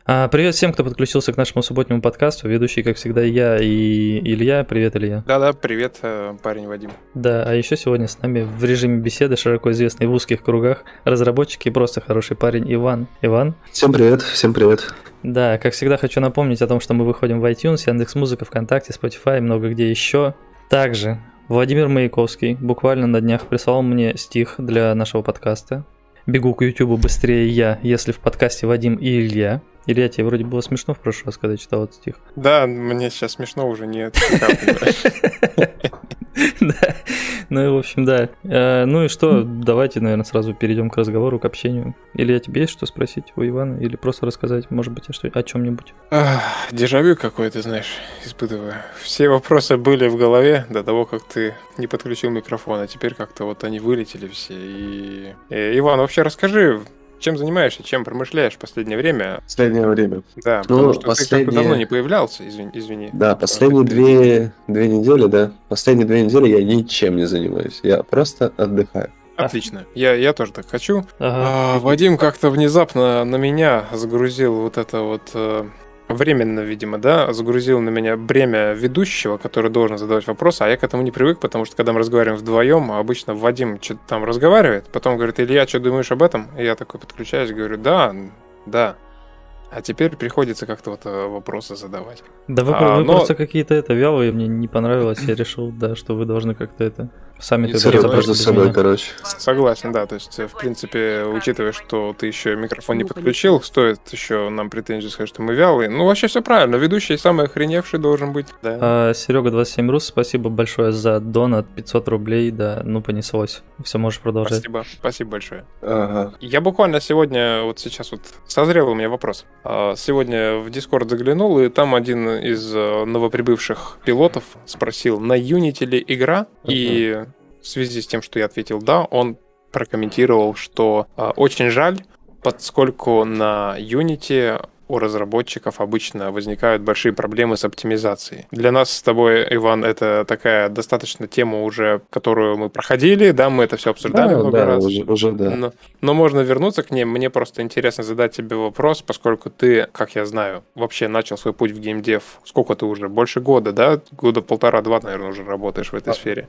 Привет всем, кто подключился к нашему субботнему подкасту. Ведущий, как всегда, я и Илья. Привет, Илья. Да-да, привет, парень Вадим. Да, а еще сегодня с нами в режиме беседы, широко известный в узких кругах, разработчик и просто хороший парень Иван. Иван? Всем привет, всем привет. Да, как всегда, хочу напомнить о том, что мы выходим в iTunes, Яндекс.Музыка, ВКонтакте, Spotify и много где еще. Также Владимир Маяковский буквально на днях прислал мне стих для нашего подкаста. Бегу к Ютубу быстрее я, если в подкасте Вадим и Илья. Илья, тебе вроде было смешно в прошлый раз, когда читал этот стих. Да, мне сейчас смешно уже нет. Да, ну и в общем, да. Ну и что, давайте, наверное, сразу перейдем к разговору, к общению. Илья, тебе есть что спросить у Ивана? Или просто рассказать, может быть, о чем-нибудь? Дежавю какое-то, знаешь, испытываю. Все вопросы были в голове до того, как ты не подключил микрофон, а теперь как-то вот они вылетели все. И Иван, вообще расскажи, чем занимаешься, чем промышляешь в последнее время? Последнее время. Да, потому что ты как-то давно не появлялся, извини. Да, последние две недели, да. Последние 2 недели я ничем не занимаюсь, я просто отдыхаю. Отлично, я тоже так хочу. Вадим как-то внезапно на меня загрузил вот это вот... Временно, видимо, да, загрузил на меня бремя ведущего, который должен задавать вопросы, а я к этому не привык, потому что когда мы разговариваем вдвоем, обычно Вадим что-то там разговаривает, потом говорит: Илья, что думаешь об этом? И я такой подключаюсь, говорю: да. А теперь приходится как-то вот вопросы задавать. Да вы просто какие-то вялые, мне не понравилось, я решил, да, что вы должны как-то сами разобраться с собой, короче. Согласен, да, то есть, в принципе, учитывая, что ты еще микрофон не подключил, стоит еще нам претензии сказать, что мы вялые. Ну, вообще все правильно, ведущий самый охреневший должен быть. Да. Серега 27 Рус, спасибо большое за донат, 500 рублей, да, ну понеслось. Все, можешь продолжать. Спасибо большое. Ага. Я буквально сегодня, вот сейчас вот созрел у меня вопрос. Сегодня в Discord заглянул, и там один из новоприбывших пилотов спросил, на Unity ли игра, и в связи с тем, что я ответил «да», он прокомментировал, что очень жаль, поскольку на Unity у разработчиков обычно возникают большие проблемы с оптимизацией. Для нас с тобой, Иван, это такая достаточно тема уже, которую мы проходили, да, мы это все обсуждали много раз. Уже да. Но можно вернуться к ней. Мне просто интересно задать тебе вопрос, поскольку ты, как я знаю, вообще начал свой путь в геймдев. Сколько ты уже? Больше года, да? Года 1,5-2, наверное, уже работаешь в этой сфере.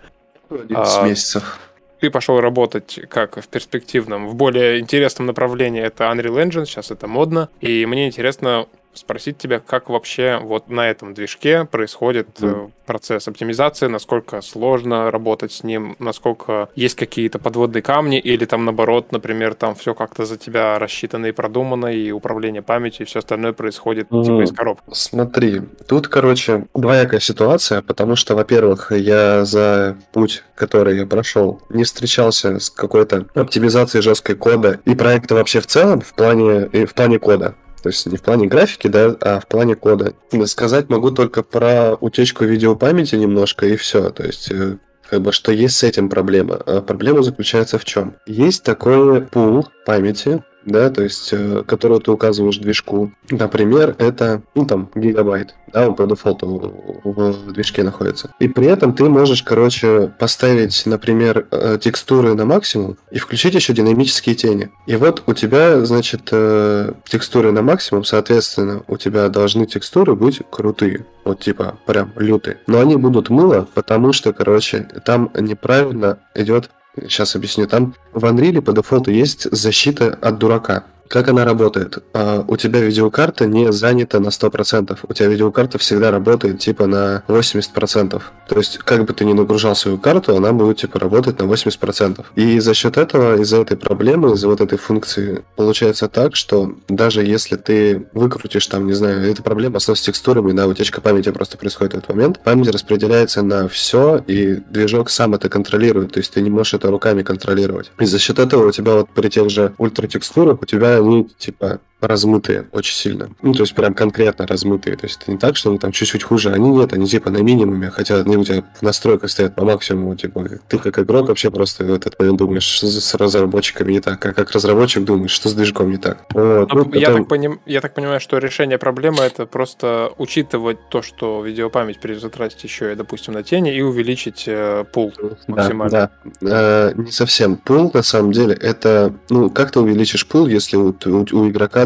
11 месяцев. Ты пошел работать как в перспективном, в более интересном направлении. Это Unreal Engine, сейчас это модно. И мне интересно спросить тебя, как вообще вот на этом движке происходит процесс оптимизации, насколько сложно работать с ним, насколько есть какие-то подводные камни, или там наоборот, например, там все как-то за тебя рассчитано и продумано, и управление памятью, и все остальное происходит типа из коробки. Смотри, тут, короче, двоякая ситуация, потому что, во-первых, я за путь, который я прошел, не встречался с какой-то оптимизацией жесткой кода и проекта вообще в целом в плане кода. То есть не в плане графики, да, а в плане кода. Сказать могу только про утечку видеопамяти немножко, и все. То есть, как бы, что есть с этим проблема. А проблема заключается в чем? Есть такой пул памяти, да, то есть, которую ты указываешь движку. Например, это, гигабайт, да, он по дефолту в движке находится. И при этом ты можешь, поставить, например, текстуры на максимум и включить еще динамические тени. И вот у тебя, значит, текстуры на максимум, соответственно, у тебя должны текстуры быть крутые. Вот типа прям лютые. Но они будут мыло, потому что, там неправильно идет. Сейчас объясню. Там в Unreal по дефолту есть защита от дурака. Как она работает? У тебя видеокарта не занята на 100%. У тебя видеокарта всегда работает типа на 80%. То есть, как бы ты ни нагружал свою карту, она будет типа работать на 80%. И за счет этого, из-за этой проблемы, из-за вот этой функции, получается так, что даже если ты выкрутишь там, не знаю, эта проблема с текстурами, да, утечка памяти просто происходит в этот момент, память распределяется на все, и движок сам это контролирует. То есть ты не можешь это руками контролировать. И за счет этого у тебя вот при тех же ультратекстурах у тебя они типа размытые очень сильно. Ну, то есть прям конкретно размытые. То есть это не так, что они там чуть-чуть хуже. Они нет, они типа на минимуме, хотя они у тебя в настройках стоят по максимуму. Типа ты как игрок вообще просто в этот момент думаешь, что с разработчиками не так. А как разработчик думаешь, что с движком не так. Вот. Ну, потом... я так понимаю, что решение проблемы — это просто учитывать то, что видеопамять придется тратить еще, допустим, на тени, и увеличить пул максимально. Да. Не совсем. Пул, на самом деле, это... Ну, как ты увеличишь пул, если у игрока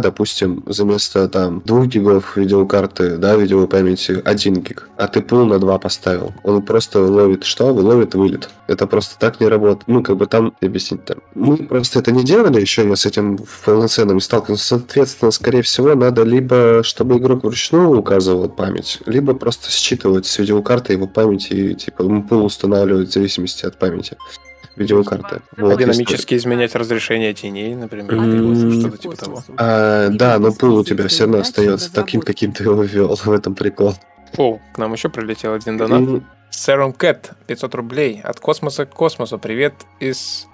допустим, вместо там 2 гигов видеокарты, да, видеовой памяти 1 гиг, а ты пул на 2 поставил. Он просто ловит что? Ловит вылет. Это просто так не работает. Ну, как бы там, объяснить там. Мы просто это не делали, еще я с этим полноценно не сталкивался. Соответственно, скорее всего, надо либо, чтобы игрок вручную указывал память, либо просто считывать с видеокарты его память и, типа, пул устанавливать в зависимости от памяти видеокарты. Вот, динамически изменять разрешение теней, например, или что-то типа того. Да, но пул у тебя все равно остается таким, каким ты его ввел. В этом прикол. О, к нам еще прилетел один донат. Serum Cat, 500 рублей. От космоса к космосу. Привет из...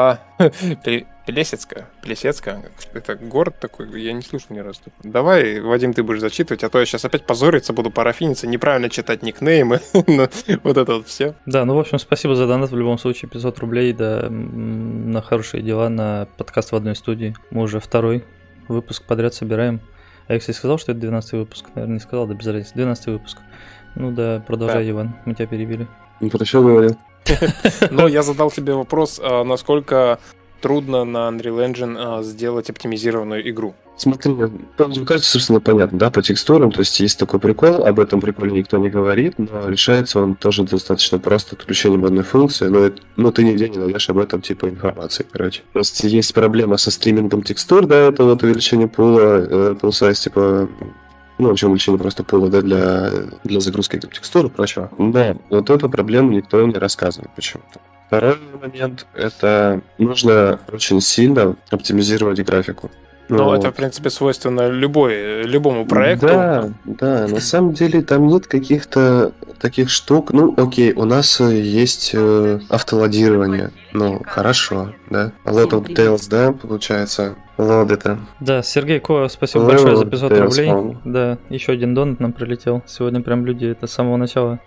Плесецка. Это город такой, я не слышал ни разу. Давай, Вадим, ты будешь зачитывать, а то я сейчас опять позориться буду, парафиниться, неправильно читать никнеймы. Вот это вот все. Да, ну, в общем, спасибо за донат. В любом случае, 500 рублей, да, на хорошие дела, на подкаст в одной студии. Мы уже 2-й выпуск подряд собираем. А я, кстати, сказал, что это 12-й выпуск. Наверное, не сказал, да без разницы. 12-й выпуск. Ну да, продолжай, да. Иван, мы тебя перебили. Ну, про что говорил? Ну, я задал тебе вопрос, насколько трудно на Unreal Engine сделать оптимизированную игру. Смотри, мне кажется, собственно, понятно, да, по текстурам, то есть есть такой прикол, об этом приколе никто не говорит, но решается он тоже достаточно просто отключением одной функции, но ты нигде не найдешь об этом типа информации, короче. Просто есть проблема со стримингом текстур, да, это вот увеличение пула, пул сайз, типа... Ну, в общем, увеличение просто пула, да, для загрузки текстур и прочего. Но вот эту проблему никто не рассказывает почему-то. Второй момент — это нужно очень сильно оптимизировать графику. Ну, это, в принципе, свойственно любому проекту. Да, на самом деле там нет каких-то таких штук. Ну, окей, у нас есть автолодирование. Ну, хорошо, да. A lot of details, да, получается. Вот это. Да, Сергей Ко, спасибо большое за 500 рублей. Да, еще один донат нам прилетел. Сегодня прям люди это с самого начала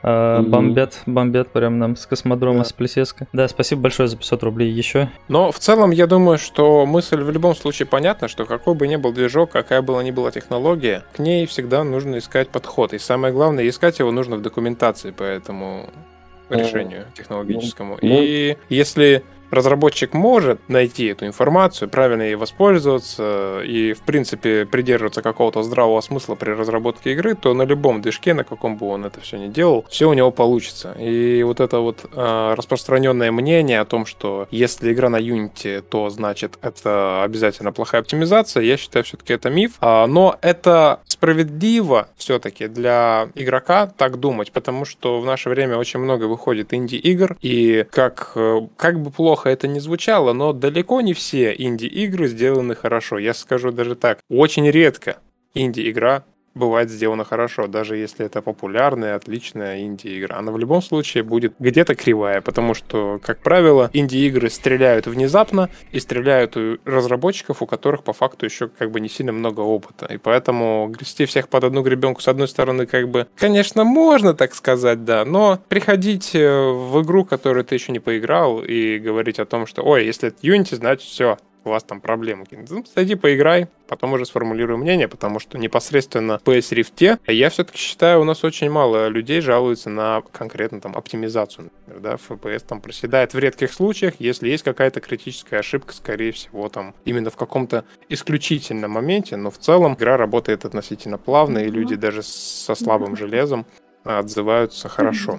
бомбят прям нам с космодрома, с Плесецка. Да, спасибо большое за 500 рублей еще. Но в целом я думаю, что мысль в любом случае понятна, что какой бы ни был движок, какая бы ни была технология, к ней всегда нужно искать подход. И самое главное, искать его нужно в документации по этому решению технологическому. И если разработчик может найти эту информацию, правильно ей воспользоваться и, в принципе, придерживаться какого-то здравого смысла при разработке игры, то на любом движке, на каком бы он это все ни делал, все у него получится. И вот это вот распространенное мнение о том, что если игра на Unity, то значит это обязательно плохая оптимизация, я считаю, все-таки это миф. Но это справедливо все-таки для игрока так думать, потому что в наше время очень много выходит инди-игр, и как бы плохо это не звучало, но далеко не все инди-игры сделаны хорошо. Я скажу даже так, очень редко инди-игра бывает сделана хорошо, даже если это популярная, отличная инди-игра. Она в любом случае будет где-то кривая, потому что, как правило, инди-игры стреляют внезапно и стреляют у разработчиков, у которых по факту еще как бы не сильно много опыта. И поэтому грести всех под одну гребенку, с одной стороны, как бы, конечно, можно так сказать, да, но приходить в игру, которую ты еще не поиграл, и говорить о том, что, ой, если это Unity, значит все, у вас там проблемы. Ну, зайди поиграй, потом уже сформулирую мнение, потому что непосредственно в PS Rift я все-таки считаю, у нас очень мало людей жалуются на конкретно там оптимизацию, например, да, FPS там проседает в редких случаях, если есть какая-то критическая ошибка, скорее всего, там именно в каком-то исключительном моменте, но в целом игра работает относительно плавно, и люди даже со слабым железом отзываются хорошо.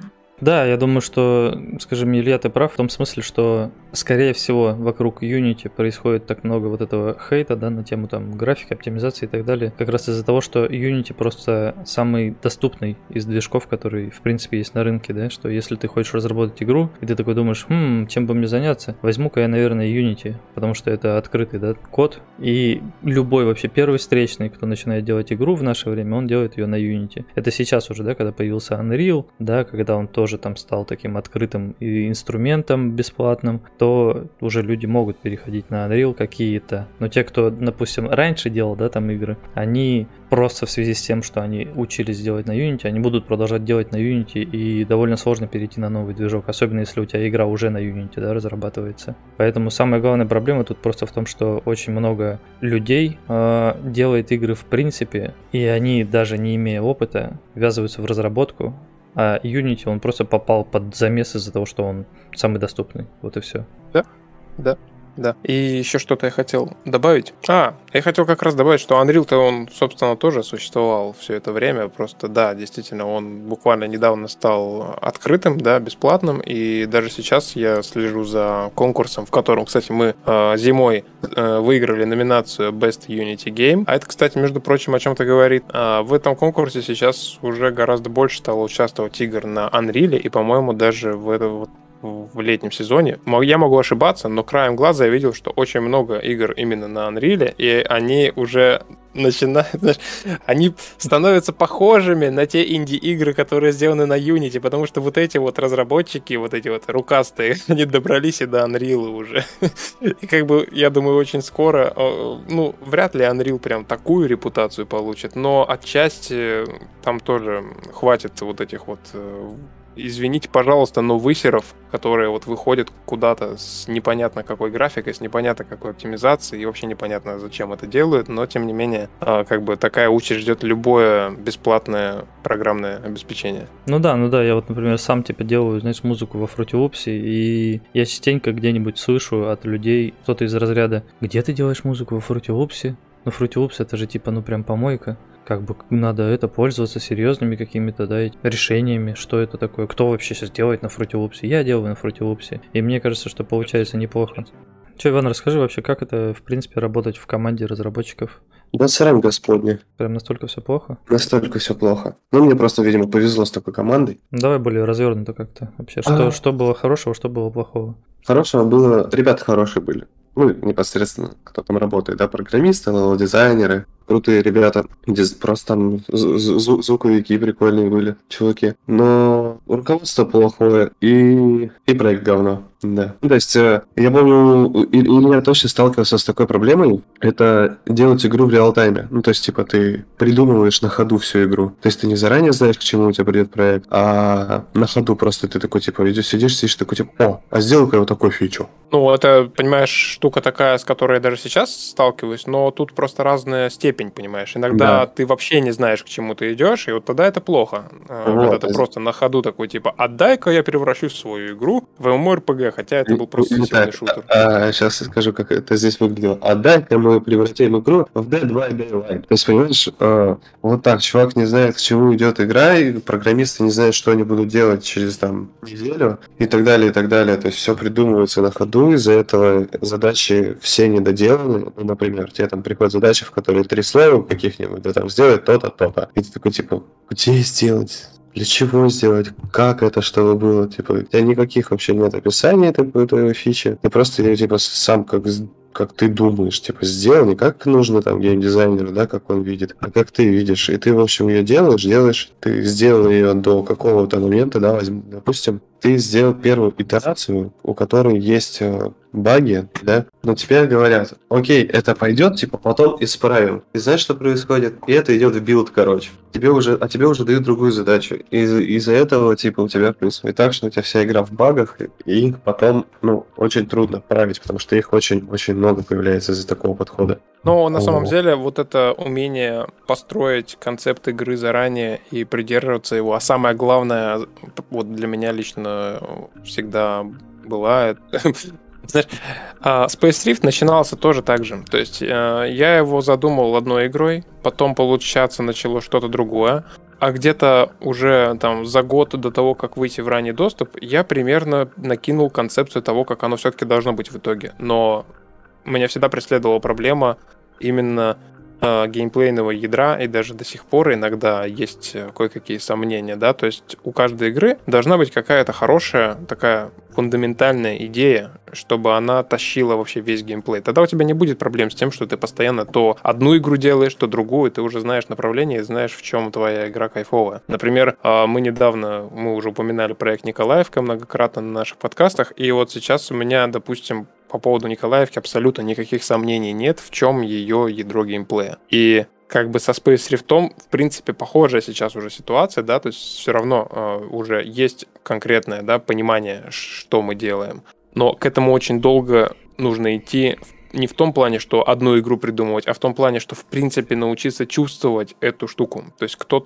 Да, я думаю, что, скажем, Илья, ты прав в том смысле, что, скорее всего, вокруг Unity происходит так много вот этого хейта, да, на тему там графики, оптимизации и так далее, как раз из-за того, что Unity просто самый доступный из движков, который, в принципе, есть на рынке, да, что если ты хочешь разработать игру, и ты такой думаешь, чем бы мне заняться, возьму-ка я, наверное, Unity, потому что это открытый, да, код, и любой вообще первый встречный, кто начинает делать игру в наше время, он делает ее на Unity. Это сейчас уже, да, когда появился Unreal, да, когда он тоже там стал таким открытым инструментом бесплатным, то уже люди могут переходить на Unreal какие-то. Но те, кто, допустим, раньше делал, да, там игры, они просто в связи с тем, что они учились делать на Unity, они будут продолжать делать на Unity, и довольно сложно перейти на новый движок, особенно если у тебя игра уже на Unity, да, разрабатывается. Поэтому самая главная проблема тут просто в том, что очень много людей делает игры в принципе, и они, даже не имея опыта, ввязываются в разработку. А Unity, он просто попал под замес из-за того, что он самый доступный. Вот и все. Да. Да. И еще что-то я хотел добавить. Я хотел как раз добавить, что Unreal-то он, собственно, тоже существовал все это время. Просто, да, действительно, он буквально недавно стал открытым, да, бесплатным. И даже сейчас я слежу за конкурсом, в котором, кстати, мы зимой выиграли номинацию Best Unity Game. А это, кстати, между прочим, о чем-то говорит. В этом конкурсе сейчас уже гораздо больше стало участвовать игр на Unreal. И, по-моему, даже в летнем сезоне. Я могу ошибаться, но краем глаза я видел, что очень много игр именно на Unreal, и они уже начинают, знаешь, они становятся похожими на те инди-игры, которые сделаны на Unity, потому что вот эти вот разработчики, вот эти вот рукастые, они добрались и до Unreal уже. И как бы, я думаю, очень скоро, вряд ли Unreal прям такую репутацию получит, но отчасти там тоже хватит вот этих вот извините, пожалуйста, но высеров, которые вот выходят куда-то с непонятно какой графикой, с непонятно какой оптимизацией, и вообще непонятно, зачем это делают, но, тем не менее, как бы такая участь ждет любое бесплатное программное обеспечение. Ну да, я вот, например, сам делаю, знаешь, музыку во Fruity Loops, и я частенько где-нибудь слышу от людей кто-то из разряда: где ты делаешь музыку во Fruity Loops? Ну, Fruity Loops это же прям помойка. Как бы надо пользоваться серьезными какими-то, решениями, что это такое, кто вообще сейчас делает на Fruity Loops. Я делаю на Fruity Loops, и мне кажется, что получается неплохо. Че, Иван, расскажи вообще, как это, в принципе, работать в команде разработчиков? Да срань господня. Прям настолько все плохо? Настолько все плохо. Мне просто, видимо, повезло с такой командой. Давай более развернуто как-то вообще. Что было хорошего, что было плохого? Хорошего было... Ребята хорошие были. Непосредственно, кто там работает, программисты, левел-дизайнеры, крутые ребята, просто там звуковики прикольные были, чуваки. Но руководство плохое и проект говно, да. То есть, я помню, я точно сталкивался с такой проблемой, это делать игру в реал-тайме. То есть, ты придумываешь на ходу всю игру. То есть, ты не заранее знаешь, к чему у тебя придет проект, а на ходу просто ты такой, сидишь такой, сделай-ка я вот такую фичу. Это, понимаешь, штука такая, с которой я даже сейчас сталкиваюсь, но тут просто разная степень, понимаешь. Иногда ты вообще не знаешь, к чему ты идешь, и вот тогда это плохо. Когда ты просто на ходу такой, отдай-ка я превращу свою игру в MMORPG, хотя это был просто сетевой шутер. Сейчас я скажу, как это здесь выглядело. Отдай-ка мы превратим игру в Dead by Daylight. То есть, понимаешь, вот так, чувак не знает, к чему идет игра, и программисты не знают, что они будут делать через неделю, и так далее, и так далее. То есть, все придумывается на ходу, из-за этого задачи все недоделаны. Например, тебе приходят задачи, в которые 3 слоя каких-нибудь, да сделать то-то, то-то. И ты такой, где сделать? Для чего сделать? Как это, чтобы было? У тебя никаких вообще нет описаний этой фичи. Ты просто ее, сам как ты думаешь, сделал, не как нужно геймдизайнеру, как он видит, а как ты видишь. И ты, в общем, ее делаешь, ты сделал ее до какого-то момента, допустим, ты сделал первую итерацию, у которой есть баги, но теперь говорят, окей, это пойдет, потом исправим. И знаешь, что происходит? И это идет в билд, тебе уже дают другую задачу. И из-за этого, у тебя происходит так, что у тебя вся игра в багах, и их потом, очень трудно править, потому что их очень много появляется из-за такого подхода. Но на самом деле вот это умение построить концепт игры заранее и придерживаться его, а самое главное, вот для меня лично всегда была... Знаешь, Space Rift начинался тоже так же. То есть я его задумал одной игрой, потом, получаться, начало что-то другое. А где-то уже за год до того, как выйти в ранний доступ, я примерно накинул концепцию того, как оно все-таки должно быть в итоге. Но меня всегда преследовала проблема именно геймплейного ядра, и даже до сих пор иногда есть кое-какие сомнения, то есть у каждой игры должна быть какая-то хорошая такая фундаментальная идея, чтобы она тащила вообще весь геймплей. Тогда у тебя не будет проблем с тем, что ты постоянно то одну игру делаешь, то другую, ты уже знаешь направление и знаешь, в чем твоя игра кайфовая. Например, мы уже упоминали проект Николаевка многократно на наших подкастах, и вот сейчас у меня, допустим, по поводу Николаевки абсолютно никаких сомнений нет, в чем ее ядро геймплея. И со Space Rift, в принципе, похожая сейчас уже ситуация, то есть все равно уже есть конкретное, понимание, что мы делаем. Но к этому очень долго нужно идти, не в том плане, что одну игру придумывать, а в том плане, что, в принципе, научиться чувствовать эту штуку. То есть кто-то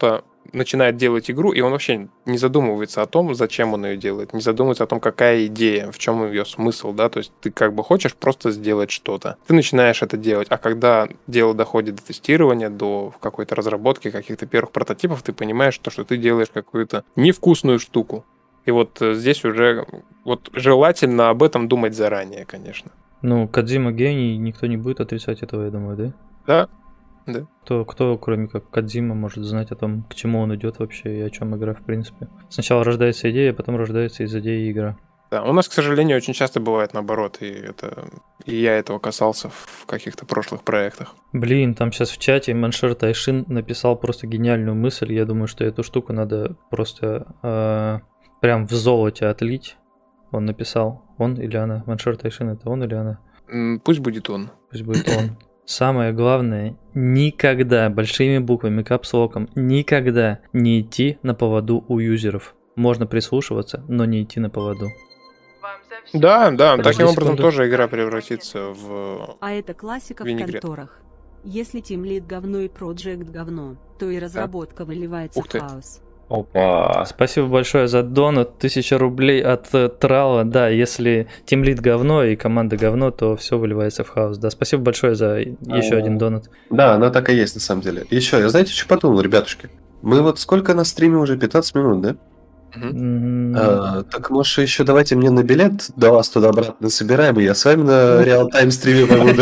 начинает делать игру, и он вообще не задумывается о том, зачем он ее делает, не задумывается о том, какая идея, в чем ее смысл, да, то есть ты как бы хочешь просто сделать что-то. Ты начинаешь это делать, а когда дело доходит до тестирования, до какой-то разработки, каких-то первых прототипов, ты понимаешь, что ты делаешь какую-то невкусную штуку. И вот здесь уже вот желательно об этом думать заранее, конечно. Ну, Кодзима гений, никто не будет отрицать этого, я думаю, да? Да. Да. Кто, кроме как Кодзима, может знать о том, к чему он идет вообще и о чем игра, в принципе. Сначала рождается идея, а потом рождается из идеи игра. Да, у нас, к сожалению, очень часто бывает наоборот, и я этого касался в каких-то прошлых проектах. Блин, там сейчас в чате Маншер Тайшин написал просто гениальную мысль. Я думаю, что эту штуку надо просто прям в золоте отлить. Он написал. Он или она? Маншер Тайшин, это он или она? Пусть будет он. Пусть будет он. Самое главное, никогда, большими буквами, капслоком, никогда не идти на поводу у юзеров. Можно прислушиваться, но не идти на поводу. Да, Подожди таким образом секунду. тоже игра превратится в... А это классика в Винегрет. конторах. Если тимлид говно и проджект говно, то и разработка выливается Ух в ты. хаос. Опа. Спасибо большое за донат, 1000 рублей от Трала. Да, если тимлид говно и команда говно, то все выливается в хаос. Да, спасибо большое за еще один донат. Да, она так и есть на самом деле. Еще, я знаете, что подумал, ребятушки? Мы вот сколько на стриме уже? 15 минут, да? Так, может, еще давайте мне на билет до вас туда-обратно собираем, и я с вами на реал-тайм стриме побуду.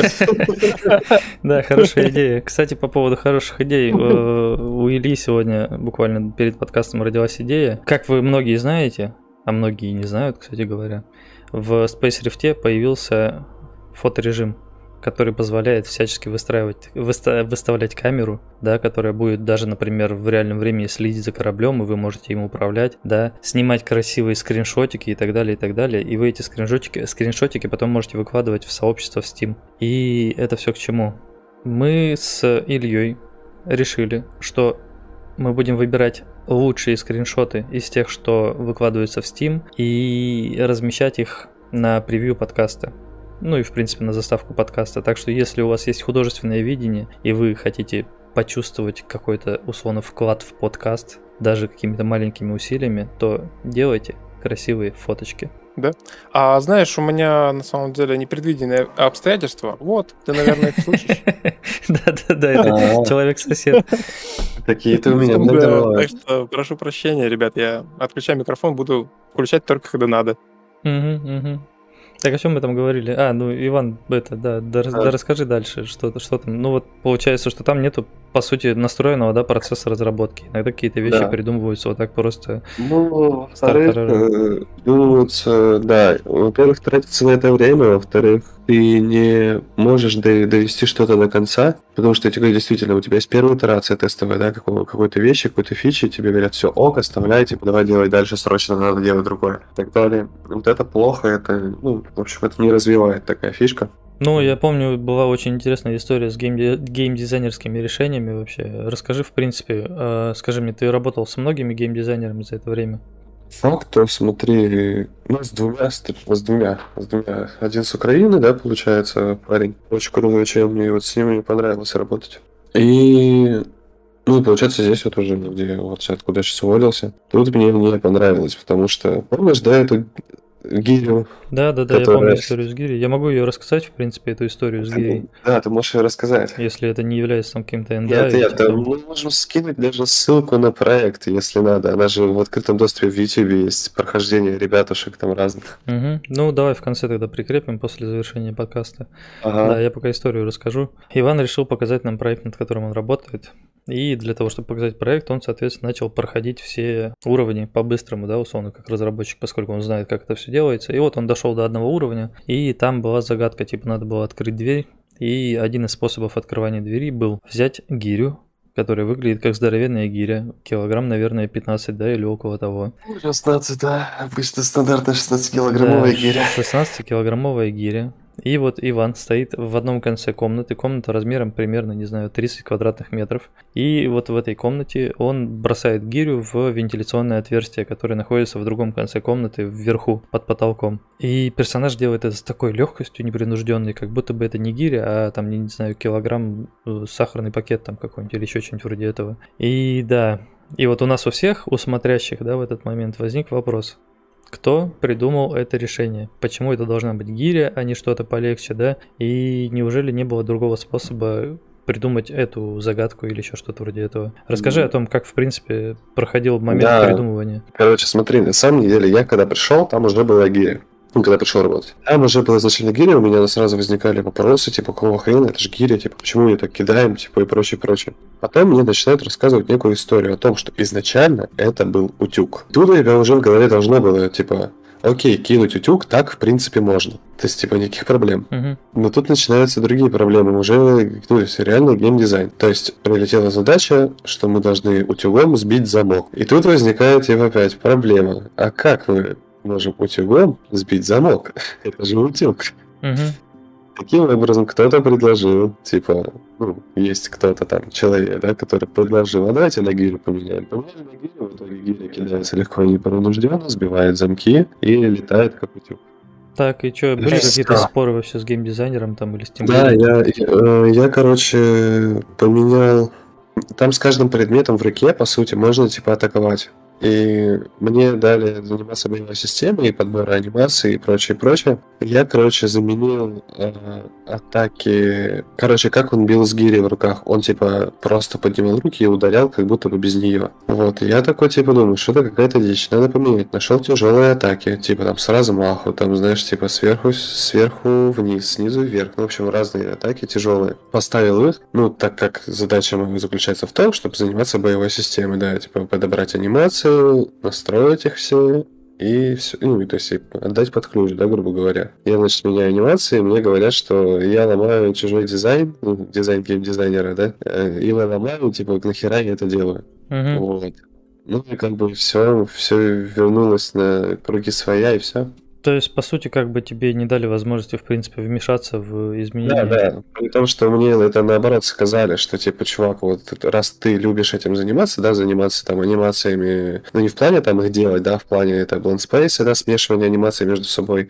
Да, хорошая идея. Кстати, по поводу хороших идей, у Ильи сегодня буквально перед подкастом родилась идея. Как вы многие знаете, а многие не знают, кстати говоря, в Space Rift появился фоторежим, который позволяет всячески выставлять камеру, да, которая будет даже, например, в реальном времени следить за кораблем, и вы можете им управлять, да, снимать красивые скриншотики и так далее, и так далее. И вы эти скриншотики потом можете выкладывать в сообщество в Steam. И это все к чему? Мы с Ильей решили, что мы будем выбирать лучшие скриншоты из тех, что выкладываются в Steam, и размещать их на превью подкаста. Ну и, в принципе, на заставку подкаста. Так что, если у вас есть художественное видение, и вы хотите почувствовать какой-то, условно, вклад в подкаст, даже какими-то маленькими усилиями, то делайте красивые фоточки. Да. А знаешь, у меня на самом деле непредвиденные обстоятельства. Вот, ты, наверное, их слышишь. Да, это человек-сосед. Такие-то у меня Да, бывают. так что прошу прощения, ребят, я отключаю микрофон, буду включать только когда надо. Так, о чем мы там говорили? Ну, Иван, расскажи дальше, что там. Ну, вот получается, что там нету, по сути, настроенного, да, процесса разработки. Иногда какие-то вещи Да. придумываются вот так просто. Ну, во-вторых, да, во-первых, тратится на это время, во-вторых, ты не можешь довести что-то до конца, потому что я тебе говорю, действительно, у тебя есть первая итерация тестовая, да, какой-то вещи, какой-то фичи, тебе говорят, все, ок, оставляй, типа, давай делать дальше, срочно надо делать другое, и так далее. Вот это плохо, это, в общем, это не развивает такая фишка. Ну, я помню, была очень интересная история с геймдизайнерскими решениями вообще. Расскажи, в принципе, скажи мне, ты работал с многими геймдизайнерами за это время? Фактор, смотри, с двумя. Один с Украины, да, получается, парень. Очень крутой чел, мне вот с ним мне понравилось работать. И, получается, здесь вот уже, где вот откуда я сейчас уволился, тут мне не понравилось, потому что, помнишь, да, эту гирю? Да, я помню историю с гирей. Я могу ее рассказать, в принципе, эту историю с гирей. Да, ты можешь ее рассказать. Если это не является там каким-то НДА. Мы можем скинуть даже ссылку на проект, если надо. Она же в открытом доступе в YouTube есть, прохождение ребятушек там разных. Угу. Ну, давай в конце тогда прикрепим после завершения подкаста. Ага. Да, я пока историю расскажу. Иван решил показать нам проект, над которым он работает. И для того, чтобы показать проект, он, соответственно, начал проходить все уровни по-быстрому, да, условно, как разработчик, поскольку он знает, как это все делается. И вот он дошел до одного уровня, и там была загадка, типа, надо было открыть дверь. И один из способов открывания двери был взять гирю, которая выглядит как здоровенная гиря, килограмм, наверное, 15, да, или около того. 16, да, обычно стандартная 16-килограммовая гиря. 16-килограммовая гиря. И вот Иван стоит в одном конце комнаты, комната размером примерно, не знаю, 30 квадратных метров. И вот в этой комнате он бросает гирю в вентиляционное отверстие, которое находится в другом конце комнаты, вверху, под потолком. И персонаж делает это с такой легкостью непринужденной, как будто бы это не гиря, а там, не знаю, килограмм сахарный пакет там какой-нибудь или еще что-нибудь вроде этого. И да, И вот у нас у всех, у смотрящих, да, в этот момент возник вопрос. Кто придумал это решение? Почему это должна быть гиря, а не что-то полегче, да? И неужели не было другого способа придумать эту загадку или еще что-то вроде этого? Расскажи о том, как, в принципе, проходил момент придумывания. Короче, смотри, на самом деле, я когда пришел, там уже была гиря. Когда пришел работать. Там уже была изначально гиря, у меня сразу возникали вопросы, типа, какого хрена, это же гиря, типа, почему ее так кидаем, типа, и прочее, прочее. Потом мне начинают рассказывать некую историю о том, что изначально это был утюг. Тут у тебя уже в голове должно было, типа, окей, кинуть утюг, так, в принципе, можно. То есть, типа, никаких проблем. Но тут начинаются другие проблемы, уже, ну, то есть, реально геймдизайн. То есть, прилетела задача, что мы должны утюгом сбить замок. И тут возникает, типа, опять проблема. А как мы можем утюгом сбить замок? Это же утюг. Таким образом, кто-то предложил, типа, ну, есть кто-то там, человек, да, который предложил, а давайте на гирю поменяем. Поменяли на гирю, в итоге гиря кидается легко и непринужденно, сбивает замки и летает как утюг. Так, и что, были какие-то споры вообще с геймдизайнером там или с тем? Да, я, короче, поменял... Там с каждым предметом в руке, по сути, можно, типа, атаковать. И мне дали заниматься боевой системой, и подбора анимации и прочее, прочее. Я, короче, заменил атаки... Короче, как он бил с гири в руках? Он, типа, просто поднимал руки и ударял, как будто бы без нее. Вот, и я такой, типа, думаю, что-то какая-то дичь, надо поменять. Нашел тяжелые атаки, типа, там, с размаху, там, знаешь, типа, сверху вниз, снизу вверх. Ну, в общем, разные атаки тяжелые. Поставил их, ну, так как задача моя заключается в том, чтобы заниматься боевой системой, да, типа, подобрать анимации, настроить их все и все, ну, то есть отдать под ключ, да, грубо говоря. Я, значит, меняю анимации, мне говорят, что я ломаю чужой дизайн, ну, дизайн геймдизайнера, да, и я ломаю, типа, нахера я это делаю. Вот. Ну, и как бы все вернулось на круги своя, и все. То есть, по сути, как бы тебе не дали возможности, в принципе, вмешаться в изменения. Да. При том, что мне это наоборот сказали, что типа, чувак, вот раз ты любишь этим заниматься, да, заниматься там анимациями, ну не в плане там их делать, да, в плане это Blend Space, да, смешивание анимаций между собой,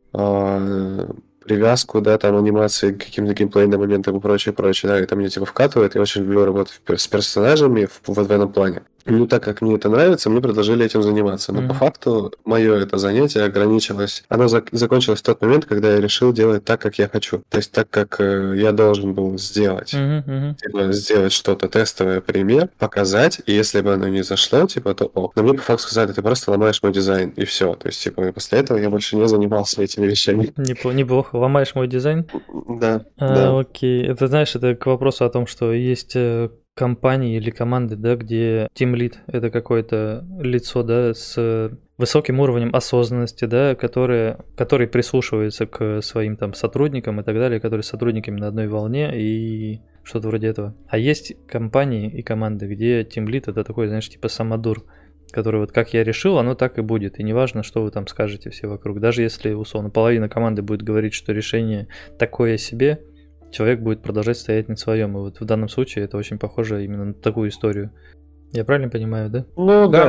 привязку, да, там анимации к каким-то геймплейным моментам и прочее, да, это мне типа вкатывает, я очень люблю работать с персонажами в этом плане. Ну, так как мне это нравится, мне предложили этим заниматься. Но по факту мое это занятие ограничилось. Оно закончилось в тот момент, когда я решил делать так, как я хочу. То есть так, как я должен был сделать. Типа, сделать что-то, тестовый пример, показать, и если бы оно не зашло, типа, то ок. Но мне по факту сказали, ты просто ломаешь мой дизайн, и все. То есть, типа, после этого я больше не занимался этими вещами. Неплохо. Ломаешь мой дизайн? Да. Окей. Это, знаешь, это к вопросу о том, что есть... компании или команды, да, где тимлид — это какое-то лицо, да, с высоким уровнем осознанности, да, который прислушивается к своим там сотрудникам и так далее, которые с сотрудниками на одной волне и что-то вроде этого. А есть компании и команды, где тимлид — это такой, знаешь, типа самодур, который вот как я решил, оно так и будет. И неважно, что вы там скажете все вокруг. Даже если, условно, половина команды будет говорить, что решение такое себе, человек будет продолжать стоять на своем. И вот в данном случае это очень похоже именно на такую историю. Я правильно понимаю, да? Ну да.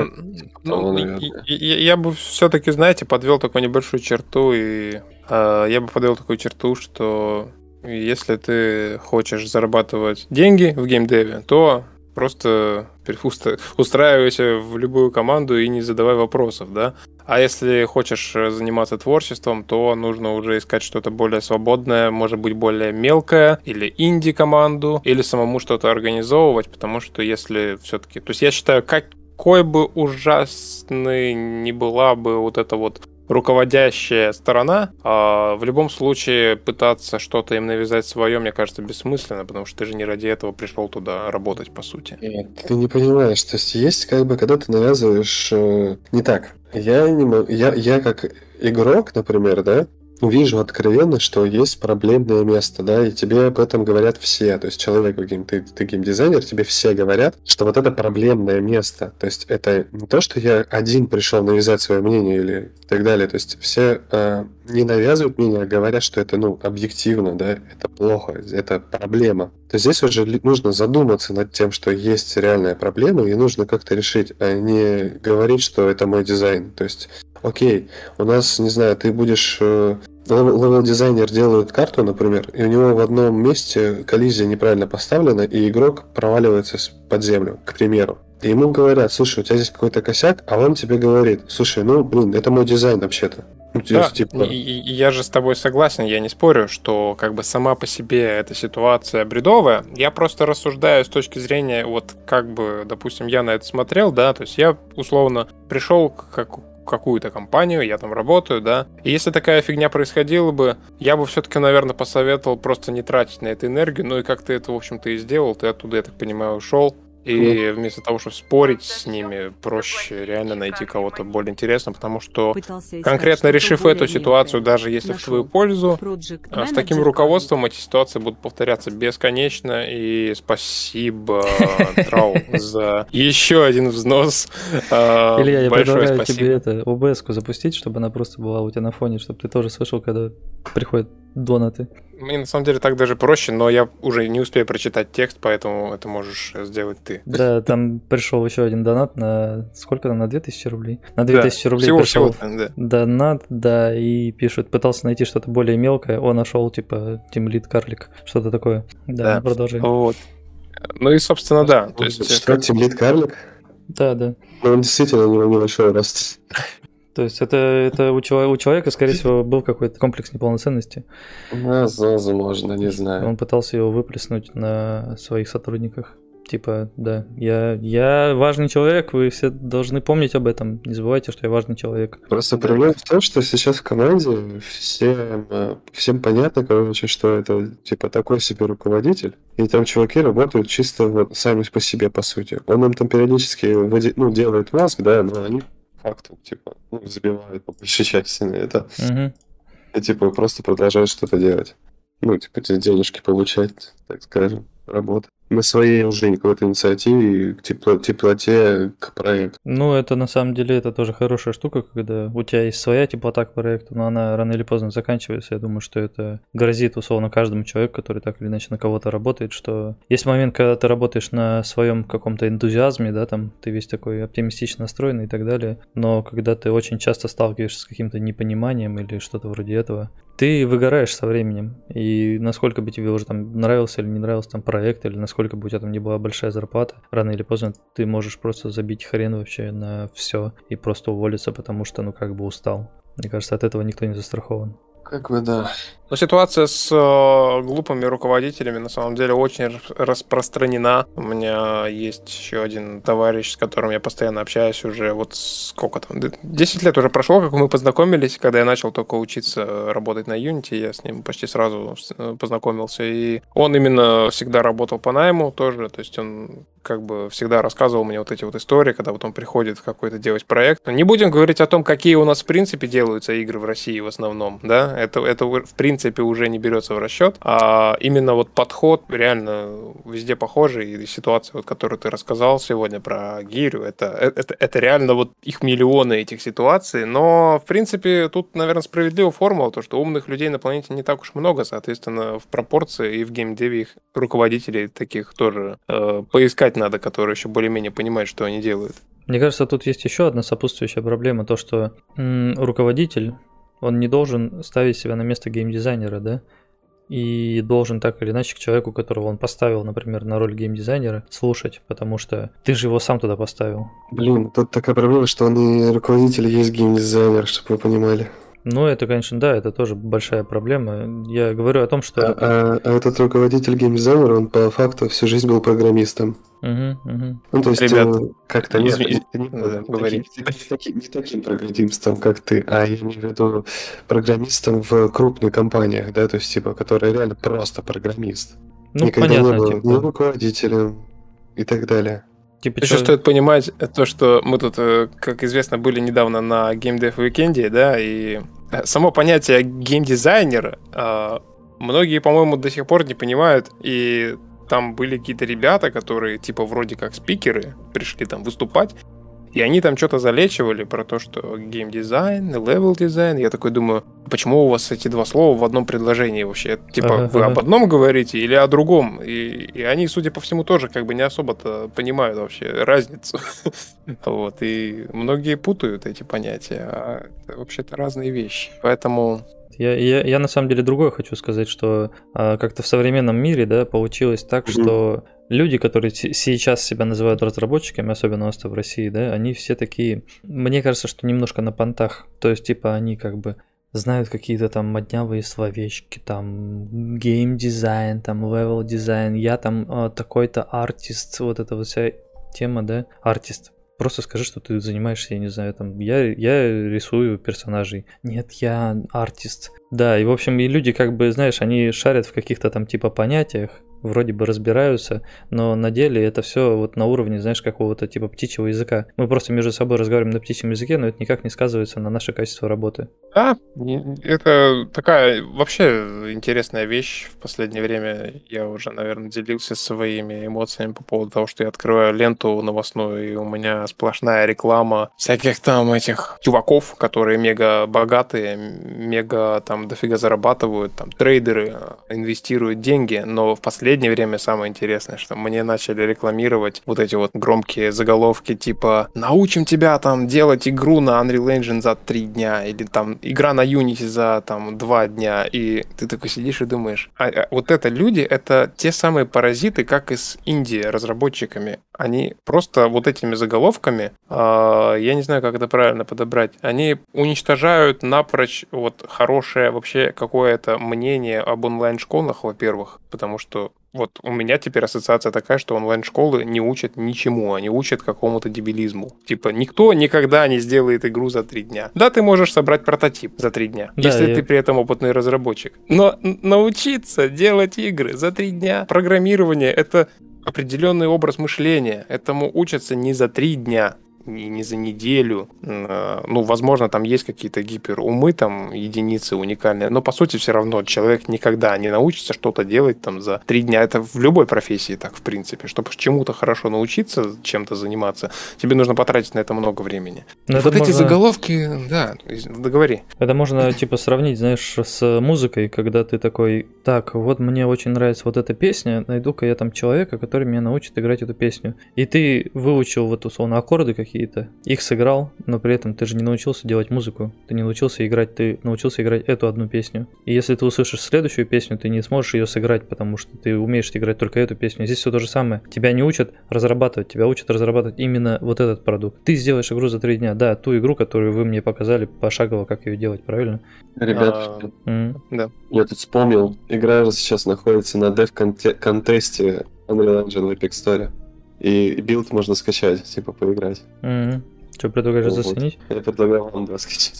Я бы все-таки, знаете, подвел такую небольшую черту, и я бы подвел такую черту, что если ты хочешь зарабатывать деньги в геймдеве, то просто устраивайся в любую команду и не задавай вопросов, да? А если хочешь заниматься творчеством, то нужно уже искать что-то более свободное, может быть, более мелкое, или инди-команду, или самому что-то организовывать, потому что если все-таки... То есть я считаю, какой бы ужасной ни была бы вот эта вот руководящая сторона, в любом случае пытаться что-то им навязать свое, мне кажется, бессмысленно, потому что ты же не ради этого пришел туда работать, по сути. Ты не понимаешь, то есть как бы, когда ты навязываешь не так. Я как игрок, например, да, вижу откровенно, что есть проблемное место, да, и тебе об этом говорят все. То есть человек, ты геймдизайнер, тебе все говорят, что вот это проблемное место. То есть это не то, что я один пришел навязать свое мнение или так далее. То есть все не навязывают мнение, а говорят, что это, ну, объективно, да, это плохо, это проблема. То есть здесь уже нужно задуматься над тем, что есть реальная проблема, и нужно как-то решить, а не говорить, что это мой дизайн. То есть окей, у нас, не знаю, ты будешь... Левел-дизайнер делает карту, например, и у него в одном месте коллизия неправильно поставлена, и игрок проваливается под землю, к примеру. И ему говорят, слушай, у тебя здесь какой-то косяк, а он тебе говорит, слушай, ну, блин, это мой дизайн вообще-то. Ну, то Да, есть, типа, и я же с тобой согласен, я не спорю, что как бы сама по себе эта ситуация бредовая. Я просто рассуждаю с точки зрения, вот как бы, допустим, я на это смотрел, да, то есть я условно пришел какую-то компанию, я там работаю, да, и если такая фигня происходила бы, я бы все-таки, наверное, посоветовал просто не тратить на это энергию, ну и как ты это, в общем-то, и сделал, ты оттуда, я так понимаю, ушел. И вместо того, чтобы спорить с ними, проще реально найти кого-то более интересного, потому что конкретно решив эту ситуацию, даже если в твою пользу, с таким руководством эти ситуации будут повторяться бесконечно. И спасибо, Трау, за еще один взнос. Илья, я Большое предлагаю спасибо. тебе это OBS-ку запустить, чтобы она просто была у тебя на фоне, чтобы ты тоже слышал, когда приходят донаты. Мне на самом деле так даже проще, но я уже не успею прочитать текст, поэтому это можешь сделать ты. Да, там пришел еще один донат на... Сколько там? На 2000 рублей? На 2000 рублей всего, пришел да. донат, да, и пишет, пытался найти что-то более мелкое, он нашел, типа, Team Lead Карлик, что-то такое. Да, продолжай. Вот. Ну и, собственно, да. То есть, что, Team Lead Карлик? Да. Ну, он действительно у него небольшой рост. То есть это у человека, скорее всего, был какой-то комплекс неполноценности. Возможно, не знаю. Он пытался его выплеснуть на своих сотрудниках. Типа, да, я важный человек, вы все должны помнить об этом. Не забывайте, что я важный человек. Просто проблема в том, что сейчас в команде всем понятно, короче, что это типа такой себе руководитель, и там чуваки работают чисто вот сами по себе, по сути. Он им там периодически делает мозг, да, но они факту, типа, забивают по большей части на это. И типа просто продолжают что-то делать. Ну, типа, денежки получать, так скажем, работать. На своей уже какой-то инициативе, к теплоте, к проекту. Ну, это на самом деле это тоже хорошая штука, когда у тебя есть своя теплота к проекту, но она рано или поздно заканчивается. Я думаю, что это грозит условно каждому человеку, который так или иначе на кого-то работает, что есть момент, когда ты работаешь на своем каком-то энтузиазме, да, там ты весь такой оптимистично настроенный и так далее, но когда ты очень часто сталкиваешься с каким-то непониманием или что-то вроде этого, ты выгораешь со временем, и насколько бы тебе уже там нравился или не нравился там проект, или насколько бы у тебя там не была большая зарплата, рано или поздно ты можешь просто забить хрен вообще на все и просто уволиться, потому что, ну, как бы устал. Мне кажется, от этого никто не застрахован. Как бы да. Но ситуация с глупыми руководителями на самом деле очень распространена. У меня есть еще один товарищ, с которым я постоянно общаюсь уже вот сколько там, 10 лет уже прошло, как мы познакомились, когда я начал только учиться работать на Unity, я с ним почти сразу познакомился, и он именно всегда работал по найму тоже, то есть он как бы всегда рассказывал мне вот эти вот истории, когда вот он приходит какой-то делать проект. Не будем говорить о том, какие у нас в принципе делаются игры в России в основном, да, это в принципе уже не берется в расчет, а именно вот подход реально везде похожий, и ситуация, вот, которую ты рассказал сегодня про гирю, это реально вот их миллионы этих ситуаций, но в принципе тут, наверное, справедливая формула, то, что умных людей на планете не так уж много, соответственно, в пропорции и в геймдеве их руководителей таких тоже поискать надо, которые еще более-менее понимают, что они делают. Мне кажется, тут есть еще одна сопутствующая проблема, то, что руководитель, он не должен ставить себя на место геймдизайнера, да, и должен так или иначе к человеку, которого он поставил, например, на роль геймдизайнера, слушать, потому что ты же его сам туда поставил. Блин, тут такая проблема, что он и руководитель, есть геймдизайнер, чтобы вы понимали. Ну, это, конечно, да, это тоже большая проблема. Я говорю о том, что... А этот руководитель геймдизайнера, он по факту всю жизнь был программистом. Ну, то есть, ребят, как-то не таким программистом, как ты, а я имею в виду программистом в крупных компаниях, да, то есть, типа, который реально просто программист. Ну, никогда понятно, не был типа... ни руководителем и так далее. Типа, еще стоит понимать то, что мы тут, как известно, были недавно на Game Dev Weekend, да, и само понятие геймдизайнер многие, по-моему, до сих пор не понимают, и там были какие-то ребята, которые типа вроде как спикеры, пришли там выступать, и они там что-то залечивали про то, что геймдизайн, левел-дизайн. Я такой думаю, почему у вас эти два слова в одном предложении вообще? Типа вы об одном говорите или о другом? И они, судя по всему, тоже как бы не особо-то понимают вообще разницу. Вот, и многие путают эти понятия, а это вообще-то разные вещи. Поэтому... Я на самом деле другое хочу сказать, что как-то в современном мире, да, получилось так, что люди, которые сейчас себя называют разработчиками, особенно у нас в России, да, они все такие, мне кажется, что немножко на понтах. То есть, типа, они как бы знают какие-то там моднявые словечки, там гейм-дизайн, там левел-дизайн, я там такой-то артист, вот эта вот вся тема, да, артист. Просто скажи, что ты занимаешься, я не знаю, там, я рисую персонажей. Нет, я артист. Да, и в общем, и люди как бы, знаешь, они шарят в каких-то там типа понятиях, вроде бы разбираются, но на деле это все вот на уровне, знаешь, какого-то типа птичьего языка. Мы просто между собой разговариваем на птичьем языке, но это никак не сказывается на наше качество работы. Да, это такая вообще интересная вещь. В последнее время я уже, наверное, делился своими эмоциями по поводу того, что я открываю ленту новостную, и у меня сплошная реклама всяких там этих чуваков, которые мега богатые, мега там дофига зарабатывают, там трейдеры инвестируют деньги, но в последнее время самое интересное, что мне начали рекламировать вот эти вот громкие заголовки типа «Научим тебя там делать игру на Unreal Engine за 3 дня» или там «Игра на Unity за там 2 дня», и ты такой сидишь и думаешь, вот это люди, это те самые паразиты, как и с Индии разработчиками. Они просто вот этими заголовками, я не знаю, как это правильно подобрать, они уничтожают напрочь вот хорошее вообще какое-то мнение об онлайн-школах, во-первых, потому что вот у меня теперь ассоциация такая, что онлайн-школы не учат ничему, они учат какому-то дебилизму. Типа, никто никогда не сделает игру за 3 дня. Да, ты можешь собрать прототип за 3 дня, Да, если ты при этом опытный разработчик. Но научиться делать игры за 3 дня, программирование — это определенный образ мышления. Этому учатся не за 3 дня, не за неделю. Ну, возможно, там есть какие-то гиперумы, там, единицы уникальные, но, по сути, все равно человек никогда не научится что-то делать там за 3 дня. Это в любой профессии так, в принципе. Чтобы чему-то хорошо научиться, чем-то заниматься, тебе нужно потратить на это много времени. Но Вот это эти можно- заголовки, да, договори. Это можно, типа, сравнить, знаешь, с музыкой, когда ты такой, так, вот мне очень нравится вот эта песня, найду-ка я там человека, который меня научит играть эту песню. И ты выучил вот, условно, аккорды какие-то, их сыграл, но при этом ты же не научился делать музыку, ты не научился играть, ты научился играть эту одну песню. И если ты услышишь следующую песню, ты не сможешь ее сыграть, потому что ты умеешь играть только эту песню. Здесь все то же самое. Тебя не учат разрабатывать, тебя учат разрабатывать именно вот этот продукт. Ты сделаешь игру за 3 дня, да, ту игру, которую вы мне показали пошагово, как ее делать, правильно? Ребят, Да. я тут вспомнил, игра же сейчас находится на дев-контесте Unreal Engine в Epic Store. И билд можно скачать, типа поиграть. Что, предлагаешь Вот. заценить? Я предлагаю вам 2 скачать.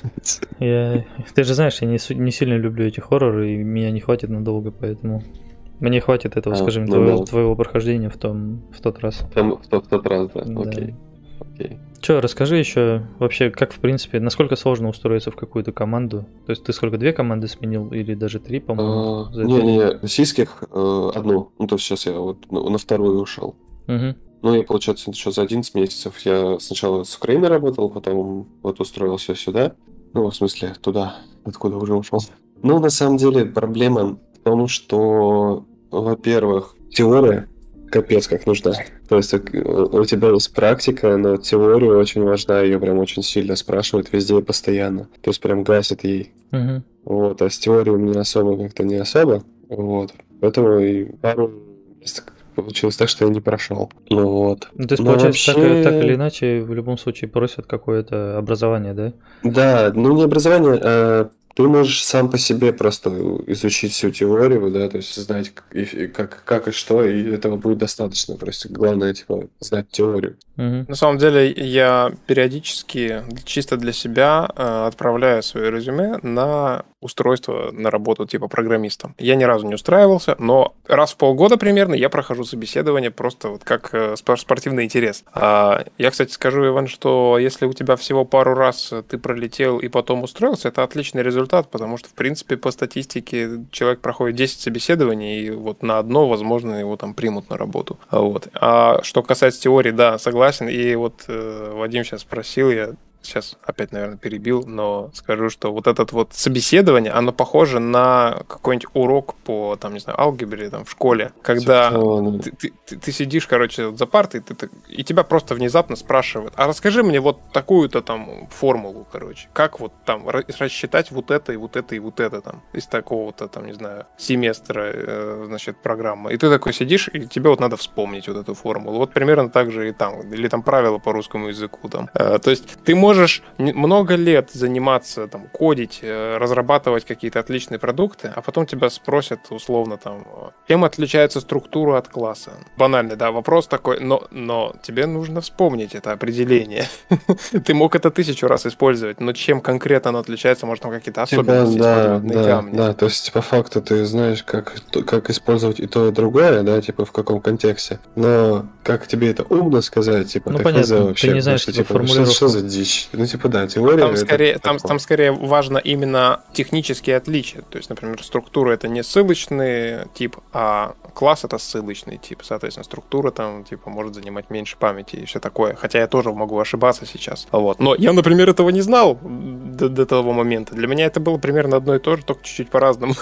Ты же знаешь, я не сильно люблю эти хорроры, и меня не хватит надолго, поэтому... Мне хватит этого, скажем, твоего прохождения в тот раз. В тот раз, да. Да. Окей. Че, расскажи еще вообще, как в принципе, насколько сложно устроиться в какую-то команду? То есть ты сколько, 2 команды сменил или даже 3, по-моему? за это время? Не, российских одну. Ну, то есть сейчас я вот на вторую ушел. Мгм. Ну, я, получается, еще за 11 месяцев я сначала с Украины работал, потом вот устроился сюда. Ну, в смысле, туда, откуда уже ушел. Ну, на самом деле, проблема в том, что, во-первых, теория капец как нужна. То есть у тебя есть практика, но теория очень важна, ее прям очень сильно спрашивают везде и постоянно. То есть прям гасят ей. Мгм. Вот, а с теорией у меня особо как-то не особо. Вот. Поэтому и пару мест получилось так, что я не прошел. Ну вот. Ну, то есть, Но получается, вообще- так или иначе, в любом случае просят какое-то образование, да? Да, ну не образование, а ты можешь сам по себе просто изучить всю теорию, да, то есть знать как и что, и этого будет достаточно. Просто главное, типа, знать теорию. Мгм. На самом деле, я периодически чисто для себя отправляю свое резюме на устройство на работу типа программистом. Я ни разу не устраивался, но раз в полгода примерно я прохожу собеседование просто вот как спортивный интерес. Я, кстати, скажу, Иван, что если у тебя всего пару раз ты пролетел и потом устроился, это отличный результат, потому что, в принципе, по статистике человек проходит 10 собеседований, и вот на одно, возможно, его там примут на работу. Вот. А что касается теории, да, согласен. И вот Вадим сейчас спросил, я сейчас опять, наверное, перебил, но скажу, что вот это вот собеседование, оно похоже на какой-нибудь урок по, там, не знаю, алгебре там, в школе, когда ты сидишь, короче, за партой, и тебя просто внезапно спрашивают, а расскажи мне вот такую-то там формулу, короче, как вот там рассчитать вот это и вот это и вот это там из такого-то там, не знаю, семестра, значит, программы. И ты такой сидишь, и тебе вот надо вспомнить вот эту формулу. Вот примерно так же и там, или там правила по русскому языку там. То есть ты можешь много лет заниматься, там, кодить, разрабатывать какие-то отличные продукты, а потом тебя спросят условно там, чем отличается структура от класса. Банальный, да, вопрос такой, но тебе нужно вспомнить это определение. Ты мог это 1000 раз использовать, но чем конкретно оно отличается, может, там какие-то особенности на камне. Да, то есть по факту ты знаешь, как использовать и то, и другое, да, типа в каком контексте, но как тебе это умно сказать, типа, ну, понятно, вообще, ты не знаешь, что, типа, что за дичь? Ну, типа, да, теория... Там скорее важно именно технические отличия. То есть, например, структура — это не ссылочный тип, а класс — это ссылочный тип. Соответственно, структура там, типа, может занимать меньше памяти и все такое. Хотя я тоже могу ошибаться сейчас. Вот. Но я, например, этого не знал до того момента. Для меня это было примерно одно и то же, только чуть-чуть по-разному.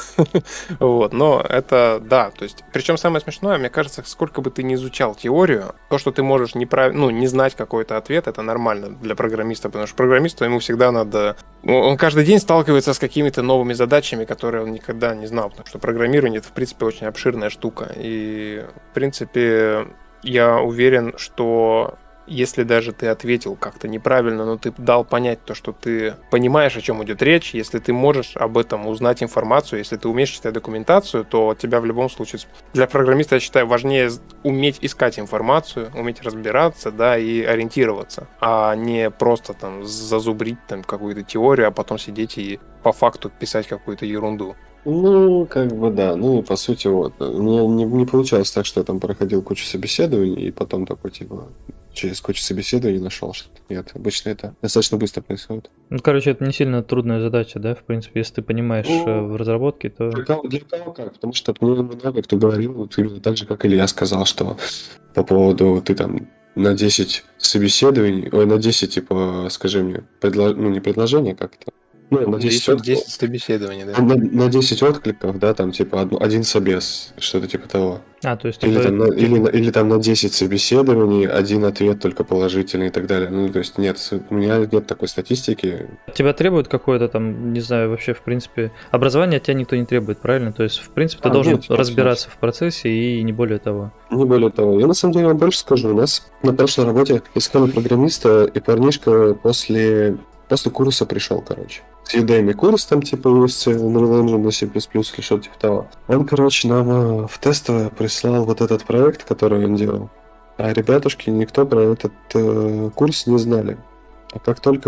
Вот. Но это, да, то есть... Причем самое смешное, мне кажется, сколько бы ты ни изучал теорию, то, что ты можешь не знать какой-то ответ, это нормально для программиста, потому что программисту ему всегда надо... Он каждый день сталкивается с какими-то новыми задачами, которые он никогда не знал, потому что программирование — это, в принципе, очень обширная штука. И, в принципе, я уверен, что если даже ты ответил как-то неправильно, но ты дал понять то, что ты понимаешь, о чем идет речь, если ты можешь об этом узнать информацию, если ты умеешь читать документацию, то тебя в любом случае... Для программиста, я считаю, важнее уметь искать информацию, уметь разбираться, да, и ориентироваться, а не просто там зазубрить там какую-то теорию, а потом сидеть и по факту писать какую-то ерунду. Ну, как бы да, ну и по сути вот. Не получалось так, что я там проходил кучу собеседований и потом такой, типа, через кучу собеседований нашел что-то. Нет, обычно это достаточно быстро происходит. Ну, короче, это не сильно трудная задача, да, в принципе, если ты понимаешь в разработке, то... Для кого как, потому что мне много кто говорил, вот именно так же, как Илья сказал, что по поводу ты там на 10 собеседований, на 10, типа, скажи мне, не предложения как-то, на 10 собеседований, да. На 10 откликов, да, там, типа, один собес, что-то типа того. То есть... Или там на 10 собеседований, один ответ только положительный и так далее. Ну, то есть, нет, у меня нет такой статистики. Тебя требует какое-то там, не знаю, вообще, в принципе, образование от тебя никто не требует, правильно? То есть, в принципе, ты должен разбираться в процессе и не более того. Не более того. Я, на самом деле, вам больше скажу. У нас на прошлой работе искали программиста, и парнишка после курса пришел, короче. С Udemy курс там, типа, есть Unreal Engine на C++ или что-то типа того. Он, короче, нам в тестовое прислал вот этот проект, который он делал. А ребятушки, никто про этот курс не знали. А как только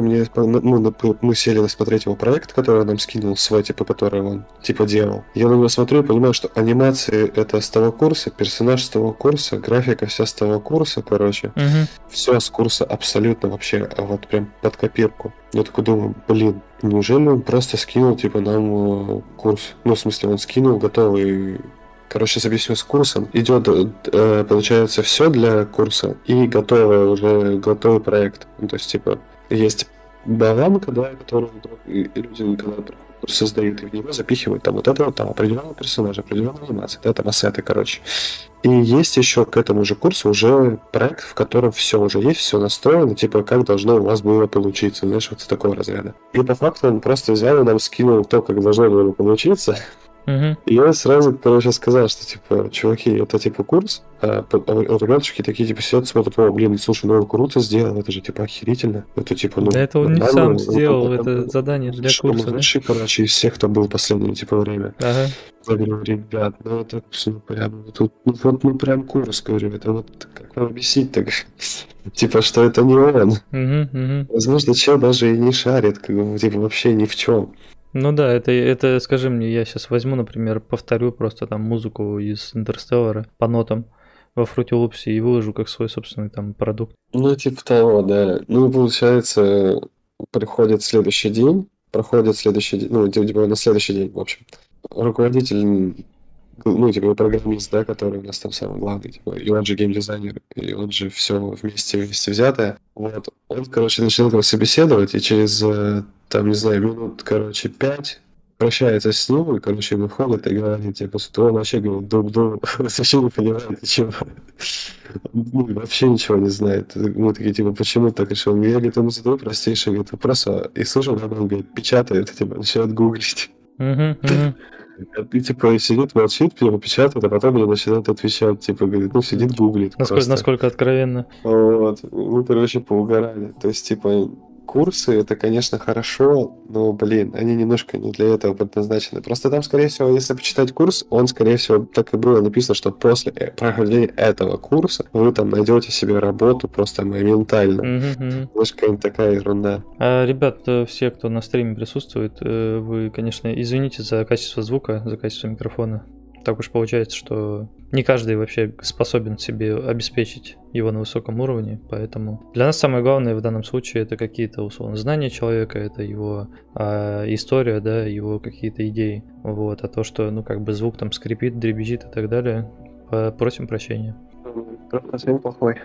мы сели смотреть его проект, который он нам скинул, свой, типа, который он, типа, делал, я на него смотрю и понимаю, что анимации это с того курса, персонаж с того курса, графика вся с того курса, короче. Все с курса абсолютно вообще, вот прям под копирку. Я такой думаю, неужели он просто скинул, типа, нам курс? Ну, в смысле, он скинул готовый... Короче, с объясню, с курсом идет, получается, все для курса и готовый проект. Ну, то есть, типа, есть баланка, да, которую люди, когда курс создают, и в него запихивают там вот это вот, там определенный персонаж, определенная анимация, да, там ассеты, короче. И есть еще к этому же курсу уже проект, в котором все уже есть, все настроено, типа, как должно у вас было получиться, знаешь, вот с такого разряда. И по факту он просто взял и нам скинул то, как должно было получиться. И я сразу, короче, сказал, что, типа, чуваки, это, типа, курс, а ребятушки такие, типа, сидят, смотрят, слушай, он круто сделал, это же, типа, охерительно. Это, типа, Да это он не сам сделал, это задание для курса, да? Лучший, короче, из всех, кто был в последнее, типа, время. Ага. Я говорю, ребят, это все прям, тут, прям курс, говорю, это вот, как вам объяснить так, типа, что это не он. Возможно, чел даже и не шарит, как бы, типа, вообще ни в чем. Ну да, это, скажи мне, я сейчас возьму, например, повторю просто там музыку из Интерстеллара по нотам во Fruity Loops и выложу как свой собственный там продукт. Ну, типа того, да. Ну, получается, проходит следующий день, на следующий день, в общем. Руководитель ну, типа, программист, да, который у нас там самый главный, типа, и он же геймдизайнер, и он же все вместе взятое. Вот. Он, короче, начинает его собеседовать, и через, там, не знаю, минут, короче, 5 прощается с ним, и, короче, выходит и говорит, типа, что он вообще, говорит, дуб-дуб, вообще не понимает ничего. Ну, вообще ничего не знает. Мы такие, типа, почему так решил? Я, говорит, ему задаю простейший, говорит, вопрос, и слушал, как он, говорит, печатает, типа, начинает гуглить. И, типа, сидит, молчит, типа, печатает, а потом мне начинает отвечать, типа, говорит, ну, сидит, гуглит просто. Насколько откровенно. Вот, мы, короче, поугорали. То есть, типа, курсы, это, конечно, хорошо, но, блин, они немножко не для этого предназначены. Просто там, скорее всего, если почитать курс, он, скорее всего, так и было написано, что после прохождения этого курса вы там найдете себе работу просто моментально. Немножко какая-нибудь такая ерунда. Ребят, все, кто на стриме присутствует, вы, конечно, извините за качество звука, за качество микрофона. Так уж получается, что не каждый вообще способен себе обеспечить его на высоком уровне, поэтому для нас самое главное в данном случае это какие-то условно знания человека, это его история, да, его какие-то идеи, вот, а то, что, ну, как бы звук там скрипит, дребезжит и так далее, просим прощения. Совсем плохой.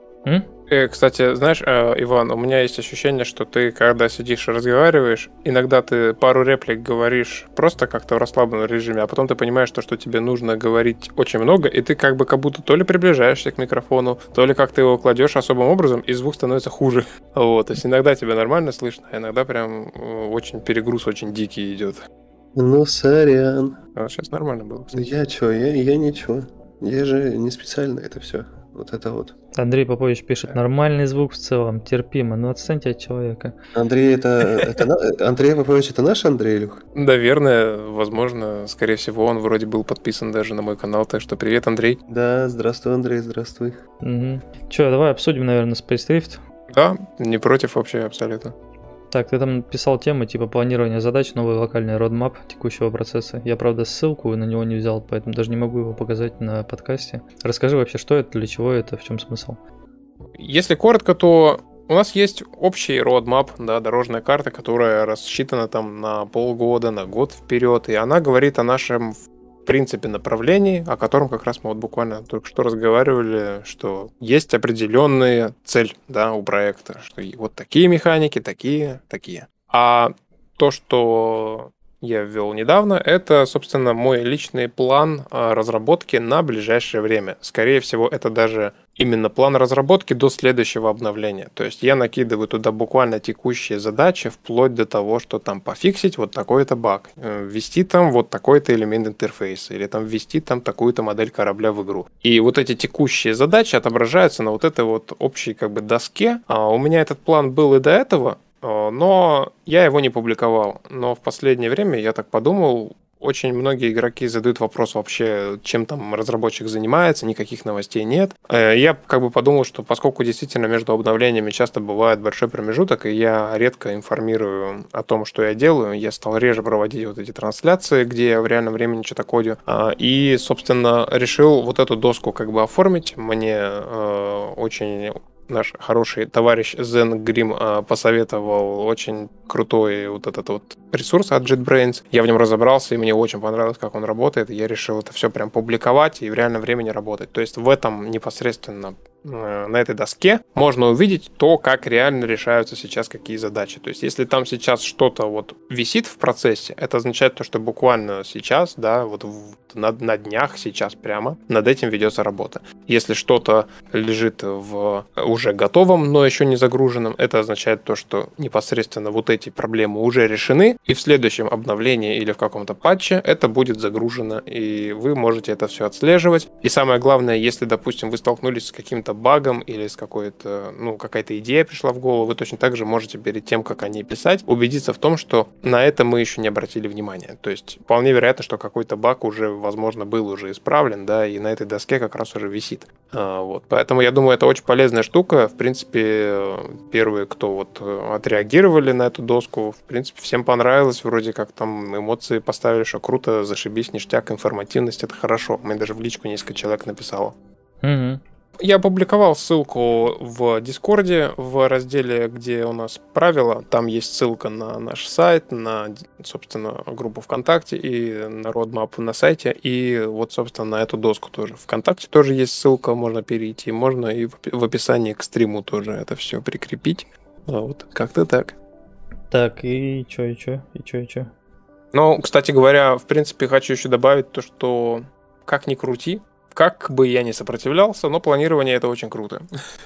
Кстати, знаешь, Иван, у меня есть ощущение, что ты, когда сидишь и разговариваешь, иногда ты пару реплик говоришь просто как-то в расслабленном режиме, а потом ты понимаешь, что тебе нужно говорить очень много, и ты как будто то ли приближаешься к микрофону, то ли как-то его кладешь особым образом, и звук становится хуже. Вот, то есть иногда тебя нормально слышно, а иногда прям очень перегруз очень дикий идет. Ну, сорян. А сейчас нормально было, кстати. Я ничего. Я же не специально это все. Вот это вот. Андрей Попович пишет, нормальный звук в целом, терпимо, но отстаньте от человека. Андрей, Андрей Попович, это наш Андрей, Илюх? Наверное, возможно, скорее всего, он вроде был подписан даже на мой канал, так что привет, Андрей. Да, здравствуй, Андрей, здравствуй. Че, давай обсудим, наверное, Space Drift. Да, не против вообще абсолютно. Так, ты там писал темы типа планирования задач, новый локальный roadmap текущего процесса. Я, правда, ссылку на него не взял, поэтому даже не могу его показать на подкасте. Расскажи вообще, что это, для чего это, в чем смысл? Если коротко, то у нас есть общий roadmap, да, дорожная карта, которая рассчитана там на полгода, на год вперед, и она говорит о нашем, в принципе, направлении, о котором как раз мы вот буквально только что разговаривали, что есть определенная цель, да, у проекта, что вот такие механики, такие. А то, что я ввел недавно, это, собственно, мой личный план разработки на ближайшее время. Скорее всего, это даже именно план разработки до следующего обновления. То есть я накидываю туда буквально текущие задачи, вплоть до того, что там пофиксить вот такой-то баг, ввести там вот такой-то элемент интерфейса, или там ввести там такую-то модель корабля в игру. И вот эти текущие задачи отображаются на вот этой вот общей как бы доске. У меня этот план был и до этого, но я его не публиковал. Но в последнее время я так подумал, очень многие игроки задают вопрос вообще, чем там разработчик занимается, никаких новостей нет. Я как бы подумал, что поскольку действительно между обновлениями часто бывает большой промежуток, и я редко информирую о том, что я делаю, я стал реже проводить вот эти трансляции, где я в реальном времени что-то кодю. И, собственно, решил вот эту доску как бы оформить. Мне очень... Наш хороший товарищ Zen Grim посоветовал очень крутой вот этот вот ресурс от JetBrains. Я в нем разобрался, и мне очень понравилось, как он работает. И я решил это все прям публиковать и в реальном времени работать. То есть в этом непосредственно на этой доске можно увидеть то, как реально решаются сейчас какие задачи. То есть если там сейчас что-то вот висит в процессе, это означает то, что буквально сейчас, да, вот на днях сейчас прямо над этим ведется работа. Если что-то лежит в уже готовом, но еще не загруженном, это означает то, что непосредственно вот эти проблемы уже решены, и в следующем обновлении или в каком-то патче это будет загружено, и вы можете это все отслеживать. И самое главное, если, допустим, вы столкнулись с каким-то багом или с какой-то, какая-то идея пришла в голову, вы точно так же можете перед тем, как о ней писать, убедиться в том, что на это мы еще не обратили внимания. То есть вполне вероятно, что какой-то баг уже, возможно, был уже исправлен, да, и на этой доске как раз уже висит. Вот. Поэтому я думаю, это очень полезная штука. В принципе, первые, кто вот отреагировали на эту доску, в принципе, всем понравилось. Вроде как там эмоции поставили, что круто, зашибись, ништяк, информативность, это хорошо. Мне даже в личку несколько человек написало. Угу. Я опубликовал ссылку в Дискорде, в разделе, где у нас правила. Там есть ссылка на наш сайт, на, собственно, группу ВКонтакте и на родмап на сайте. И вот, собственно, на эту доску тоже. ВКонтакте тоже есть ссылка, можно перейти. Можно и в описании к стриму тоже это все прикрепить. Вот, как-то так. Так, и чё? Ну, кстати говоря, в принципе, хочу еще добавить то, что как ни крути, как бы я ни сопротивлялся, но планирование это очень круто.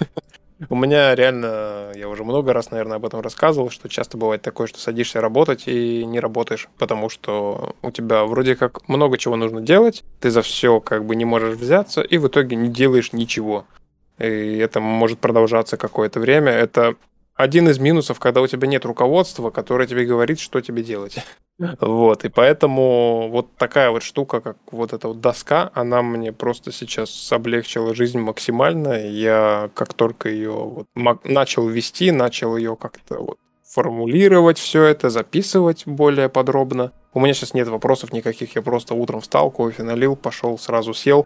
У меня реально, я уже много раз, наверное, об этом рассказывал, что часто бывает такое, что садишься работать и не работаешь, потому что у тебя вроде как много чего нужно делать, ты за все как бы не можешь взяться, и в итоге не делаешь ничего. И это может продолжаться какое-то время. Это один из минусов, когда у тебя нет руководства, которое тебе говорит, что тебе делать. Вот, и поэтому вот такая вот штука, как вот эта вот доска, она мне просто сейчас облегчила жизнь максимально. Я как только ее вот начал вести, начал ее как-то вот формулировать все это, записывать более подробно. У меня сейчас нет вопросов никаких, я просто утром встал, кофе налил, пошел, сразу сел.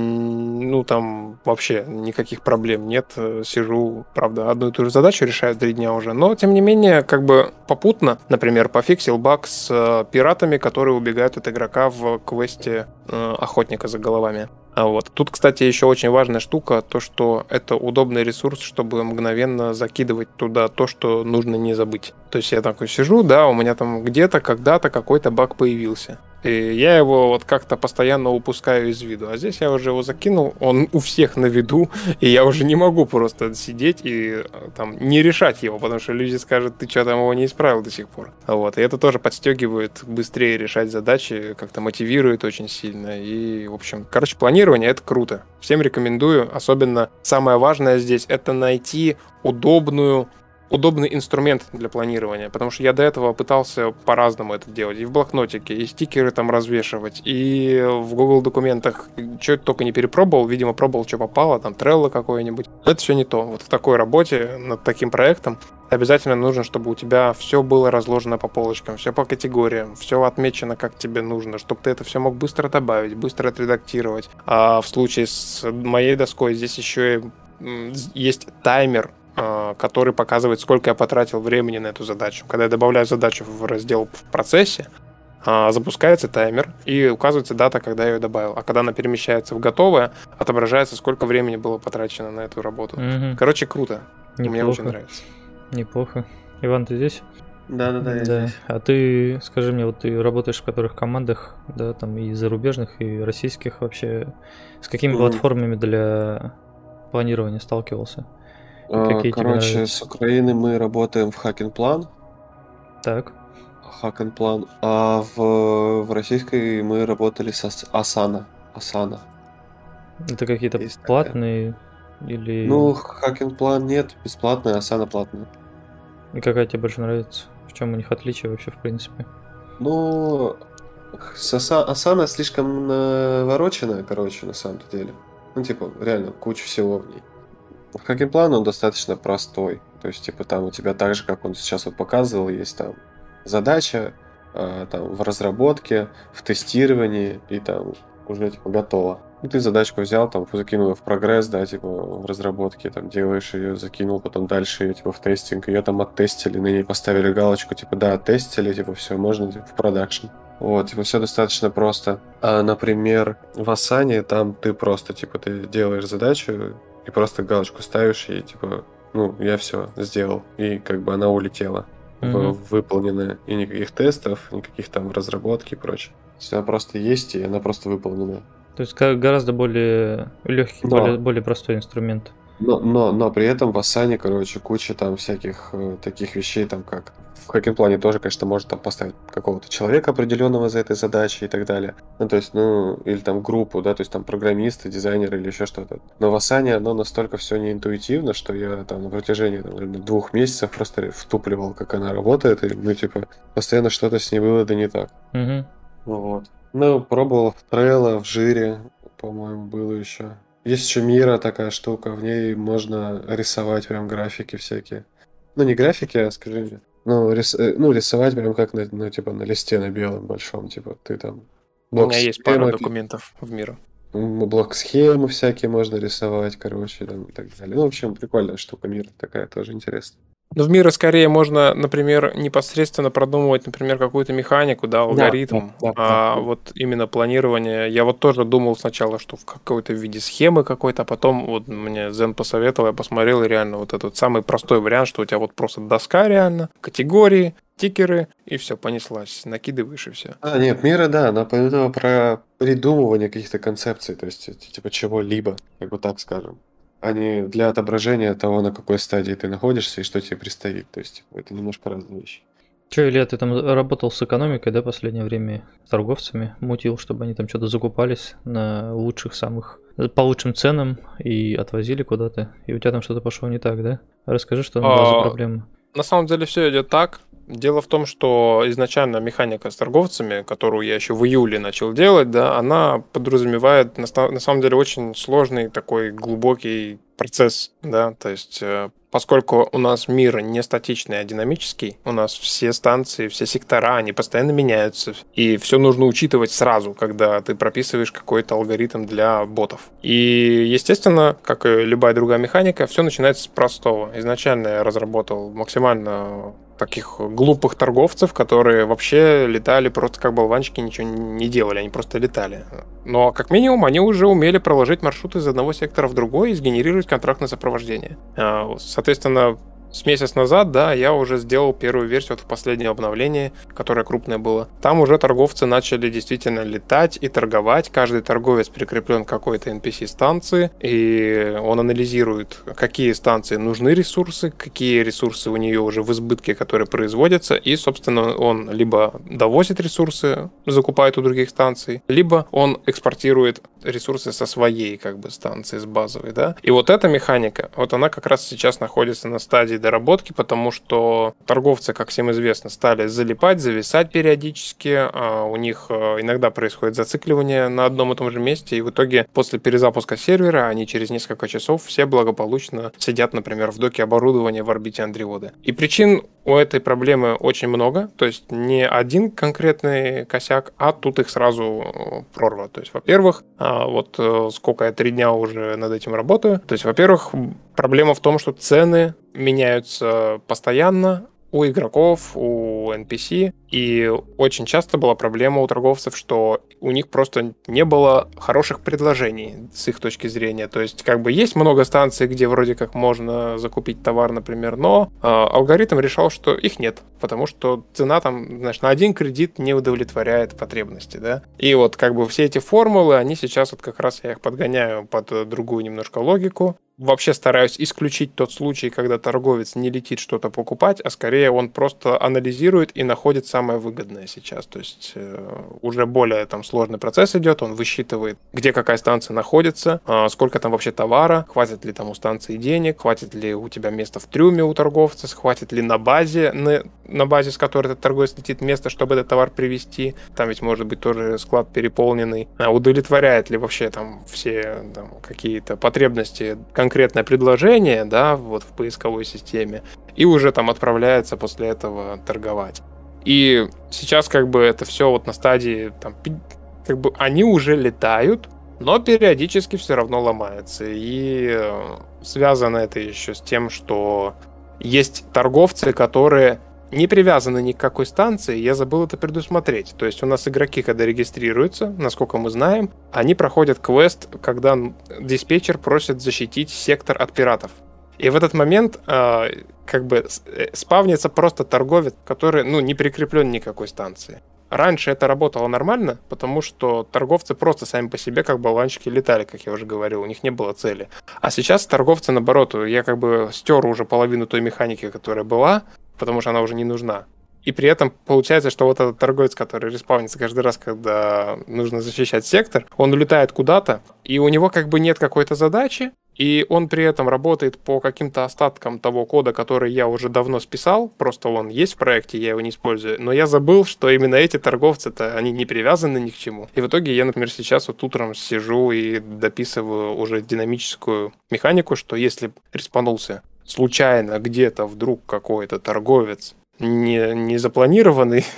Ну, там вообще никаких проблем нет. Сижу, правда, одну и ту же задачу решаю 3 дня уже. Но, тем не менее, как бы попутно, например, пофиксил баг с пиратами, которые убегают от игрока в квесте охотника за головами. А вот. Тут, кстати, еще очень важная штука, то, что это удобный ресурс, чтобы мгновенно закидывать туда то, что нужно не забыть. То есть я такой сижу, да, у меня там где-то, когда-то какой-то баг появился. И я его вот как-то постоянно упускаю из виду. А здесь я уже его закинул, он у всех на виду, и я уже не могу просто сидеть и там не решать его, потому что люди скажут, ты что там его не исправил до сих пор. Вот. И это тоже подстегивает быстрее решать задачи, как-то мотивирует очень сильно. И, в общем, короче, планирование — это круто. Всем рекомендую. Особенно самое важное здесь — это найти удобный инструмент для планирования, потому что я до этого пытался по-разному это делать. И в блокнотике, и стикеры там развешивать, и в Google документах. Что только не перепробовал, видимо, пробовал, что попало, там Trello какое-нибудь. Но это все не то. Вот в такой работе над таким проектом обязательно нужно, чтобы у тебя все было разложено по полочкам, все по категориям, все отмечено, как тебе нужно, чтобы ты это все мог быстро добавить, быстро отредактировать. А в случае с моей доской здесь еще и есть таймер, который показывает, сколько я потратил времени на эту задачу. Когда я добавляю задачу в раздел в процессе, запускается таймер и указывается дата, когда я ее добавил. А когда она перемещается в готовое, отображается, сколько времени было потрачено на эту работу. Короче, круто. Неплохо. Мне очень нравится. Неплохо. Иван, ты здесь? Да, я здесь. А ты, скажи мне, вот ты работаешь в которых командах, да, там и зарубежных, и российских вообще, с какими платформами для планирования сталкивался? Какие тебе Короче, нравятся? с Украины мы работаем в Hack&Plan. Так. Hack&Plan. А в российской мы работали с Asana. Это какие-то Есть такая. платные или... Ну, Hack&Plan нет, бесплатная, Asana платная. И какая тебе больше нравится? В чем у них отличие вообще, в принципе? Ну, Asana слишком навороченная, короче, на самом деле. Ну, типа, реально, куча всего в ней. Hack&Plan, он достаточно простой. То есть, типа, там у тебя так же, как он сейчас вот показывал, есть там задача, там в разработке, в тестировании, и там уже, типа, готово. Ну, ты задачку взял, там, закинул ее в прогресс, да, типа, в разработке, там, делаешь ее, закинул, потом дальше ее, типа, в тестинг, ее там оттестили, на ней поставили галочку, типа, да, оттестили, типа, все, можно, типа, в продакшн. Вот, типа, все достаточно просто. А, например, в Asana там ты просто, типа, ты делаешь задачу, и просто галочку ставишь, и типа, ну, я все сделал. И как бы она улетела, выполненная. И никаких тестов, никаких там разработки и прочее. То есть она просто есть, и она просто выполнена. То есть гораздо более легкий, более простой инструмент. Но при этом в Asana, короче, куча там всяких таких вещей, там как в Hack&Plan тоже, конечно, можно там поставить какого-то человека определенного за этой задачей и так далее. Ну, то есть, ну, или там группу, да, то есть там программисты, дизайнеры или еще что-то. Но в Asana оно настолько все неинтуитивно, что я там на протяжении, там, наверное, 2 месяцев просто втупливал, как она работает, и, ну, типа, постоянно что-то с ней было да не так. Вот. Ну, пробовал в Trello, в Жире, по-моему, было еще. Есть еще Мира такая штука, в ней можно рисовать прям графики всякие. Ну, не графики, а, скажи мне, ну, рисовать прям как на, типа, на листе на белом большом, типа, ты там... У меня есть пара документов в Миру. Блок-схемы всякие можно рисовать, короче, там и так далее. Ну, в общем, прикольная штука, мир такая тоже интересная. Но в мире скорее можно, например, непосредственно продумывать, например, какую-то механику, да, алгоритм, а Да. вот именно планирование. Я вот тоже думал сначала, что в какой-то виде схемы какой-то, а потом вот мне Zen посоветовал, я посмотрел, и реально вот этот самый простой вариант, что у тебя вот просто доска реально, категории, тикеры, и все, понеслась, накидываешь и все. Нет, мира, да, она помимо про придумывание каких-то концепций, то есть, типа, чего-либо, как бы так скажем, а не для отображения того, на какой стадии ты находишься и что тебе предстоит. То есть, типа, это немножко разные вещи. Че, Илья, ты там работал с экономикой, да, последнее время, с торговцами, мутил, чтобы они там что-то закупались на лучших самых, по лучшим ценам и отвозили куда-то, и у тебя там что-то пошло не так, да? Расскажи, что там была за проблема. На самом деле все идет так. Дело в том, что изначально механика с торговцами, которую я еще в июле начал делать, да, она подразумевает на самом деле очень сложный такой глубокий процесс, да, то есть поскольку у нас мир не статичный, а динамический, у нас все станции, все сектора, они постоянно меняются, и все нужно учитывать сразу, когда ты прописываешь какой-то алгоритм для ботов. И, естественно, как и любая другая механика, все начинается с простого. Изначально я разработал максимально таких глупых торговцев, которые вообще летали просто как болванчики, ничего не делали, они просто летали. Но как минимум они уже умели проложить маршрут из одного сектора в другой и сгенерировать контрактное сопровождение. Соответственно, с месяц назад, да, я уже сделал первую версию от последнего обновления, которое крупное было. Там уже торговцы начали действительно летать и торговать. Каждый торговец прикреплен к какой-то NPC-станции, и он анализирует, какие станции нужны ресурсы, какие ресурсы у нее уже в избытке, которые производятся, и, собственно, он либо довозит ресурсы, закупает у других станций, либо он экспортирует ресурсы со своей, как бы, станции, с базовой, да. И вот эта механика, вот она как раз сейчас находится на стадии доработки, потому что торговцы, как всем известно, стали залипать, зависать периодически, у них иногда происходит зацикливание на одном и том же месте, и в итоге после перезапуска сервера они через несколько часов все благополучно сидят, например, в доке оборудования в орбите Андромеды. И причин у этой проблемы очень много, то есть не один конкретный косяк, а тут их сразу прорва. То есть, во-первых, вот сколько я 3 дня уже над этим работаю, то есть, во-первых, проблема в том, что цены меняются постоянно у игроков, у NPC, и очень часто была проблема у торговцев, что у них просто не было хороших предложений с их точки зрения. То есть, как бы есть много станций, где вроде как можно закупить товар, например, но алгоритм решал, что их нет, потому что цена там, знаешь, на один кредит не удовлетворяет потребности, да. И вот как бы все эти формулы, они сейчас вот как раз я их подгоняю под другую немножко логику. Вообще стараюсь исключить тот случай, когда торговец не летит что-то покупать, а скорее он просто анализирует и находит самое выгодное сейчас. То есть уже более там сложный процесс идет, он высчитывает, где какая станция находится, сколько там вообще товара, хватит ли там у станции денег, хватит ли у тебя места в трюме у торговца, хватит ли на базе, с которой этот торговец летит, место, чтобы этот товар привезти. Там ведь может быть тоже склад переполненный. Удовлетворяет ли вообще там все там, какие-то потребности конкретное предложение, да, вот в поисковой системе, и уже там отправляется после этого торговать. И сейчас как бы это все вот на стадии, там, как бы они уже летают, но периодически все равно ломается. И связано это еще с тем, что есть торговцы, которые не привязаны ни к какой станции, я забыл это предусмотреть. То есть у нас игроки, когда регистрируются, насколько мы знаем, они проходят квест, когда диспетчер просит защитить сектор от пиратов. И в этот момент как бы спавнится просто торговец, который не прикреплен ни к какой станции. Раньше это работало нормально, потому что торговцы просто сами по себе как болванчики летали, как я уже говорил, у них не было цели. А сейчас торговцы, наоборот, я как бы стер уже половину той механики, которая была, потому что она уже не нужна. И при этом получается, что вот этот торговец, который респаунится каждый раз, когда нужно защищать сектор, он улетает куда-то, и у него как бы нет какой-то задачи, и он при этом работает по каким-то остаткам того кода, который я уже давно списал, просто он есть в проекте, я его не использую, но я забыл, что именно эти торговцы-то, они не привязаны ни к чему. И в итоге я, например, сейчас вот утром сижу и дописываю уже динамическую механику, что если респанулся случайно где-то вдруг какой-то торговец, не запланированный,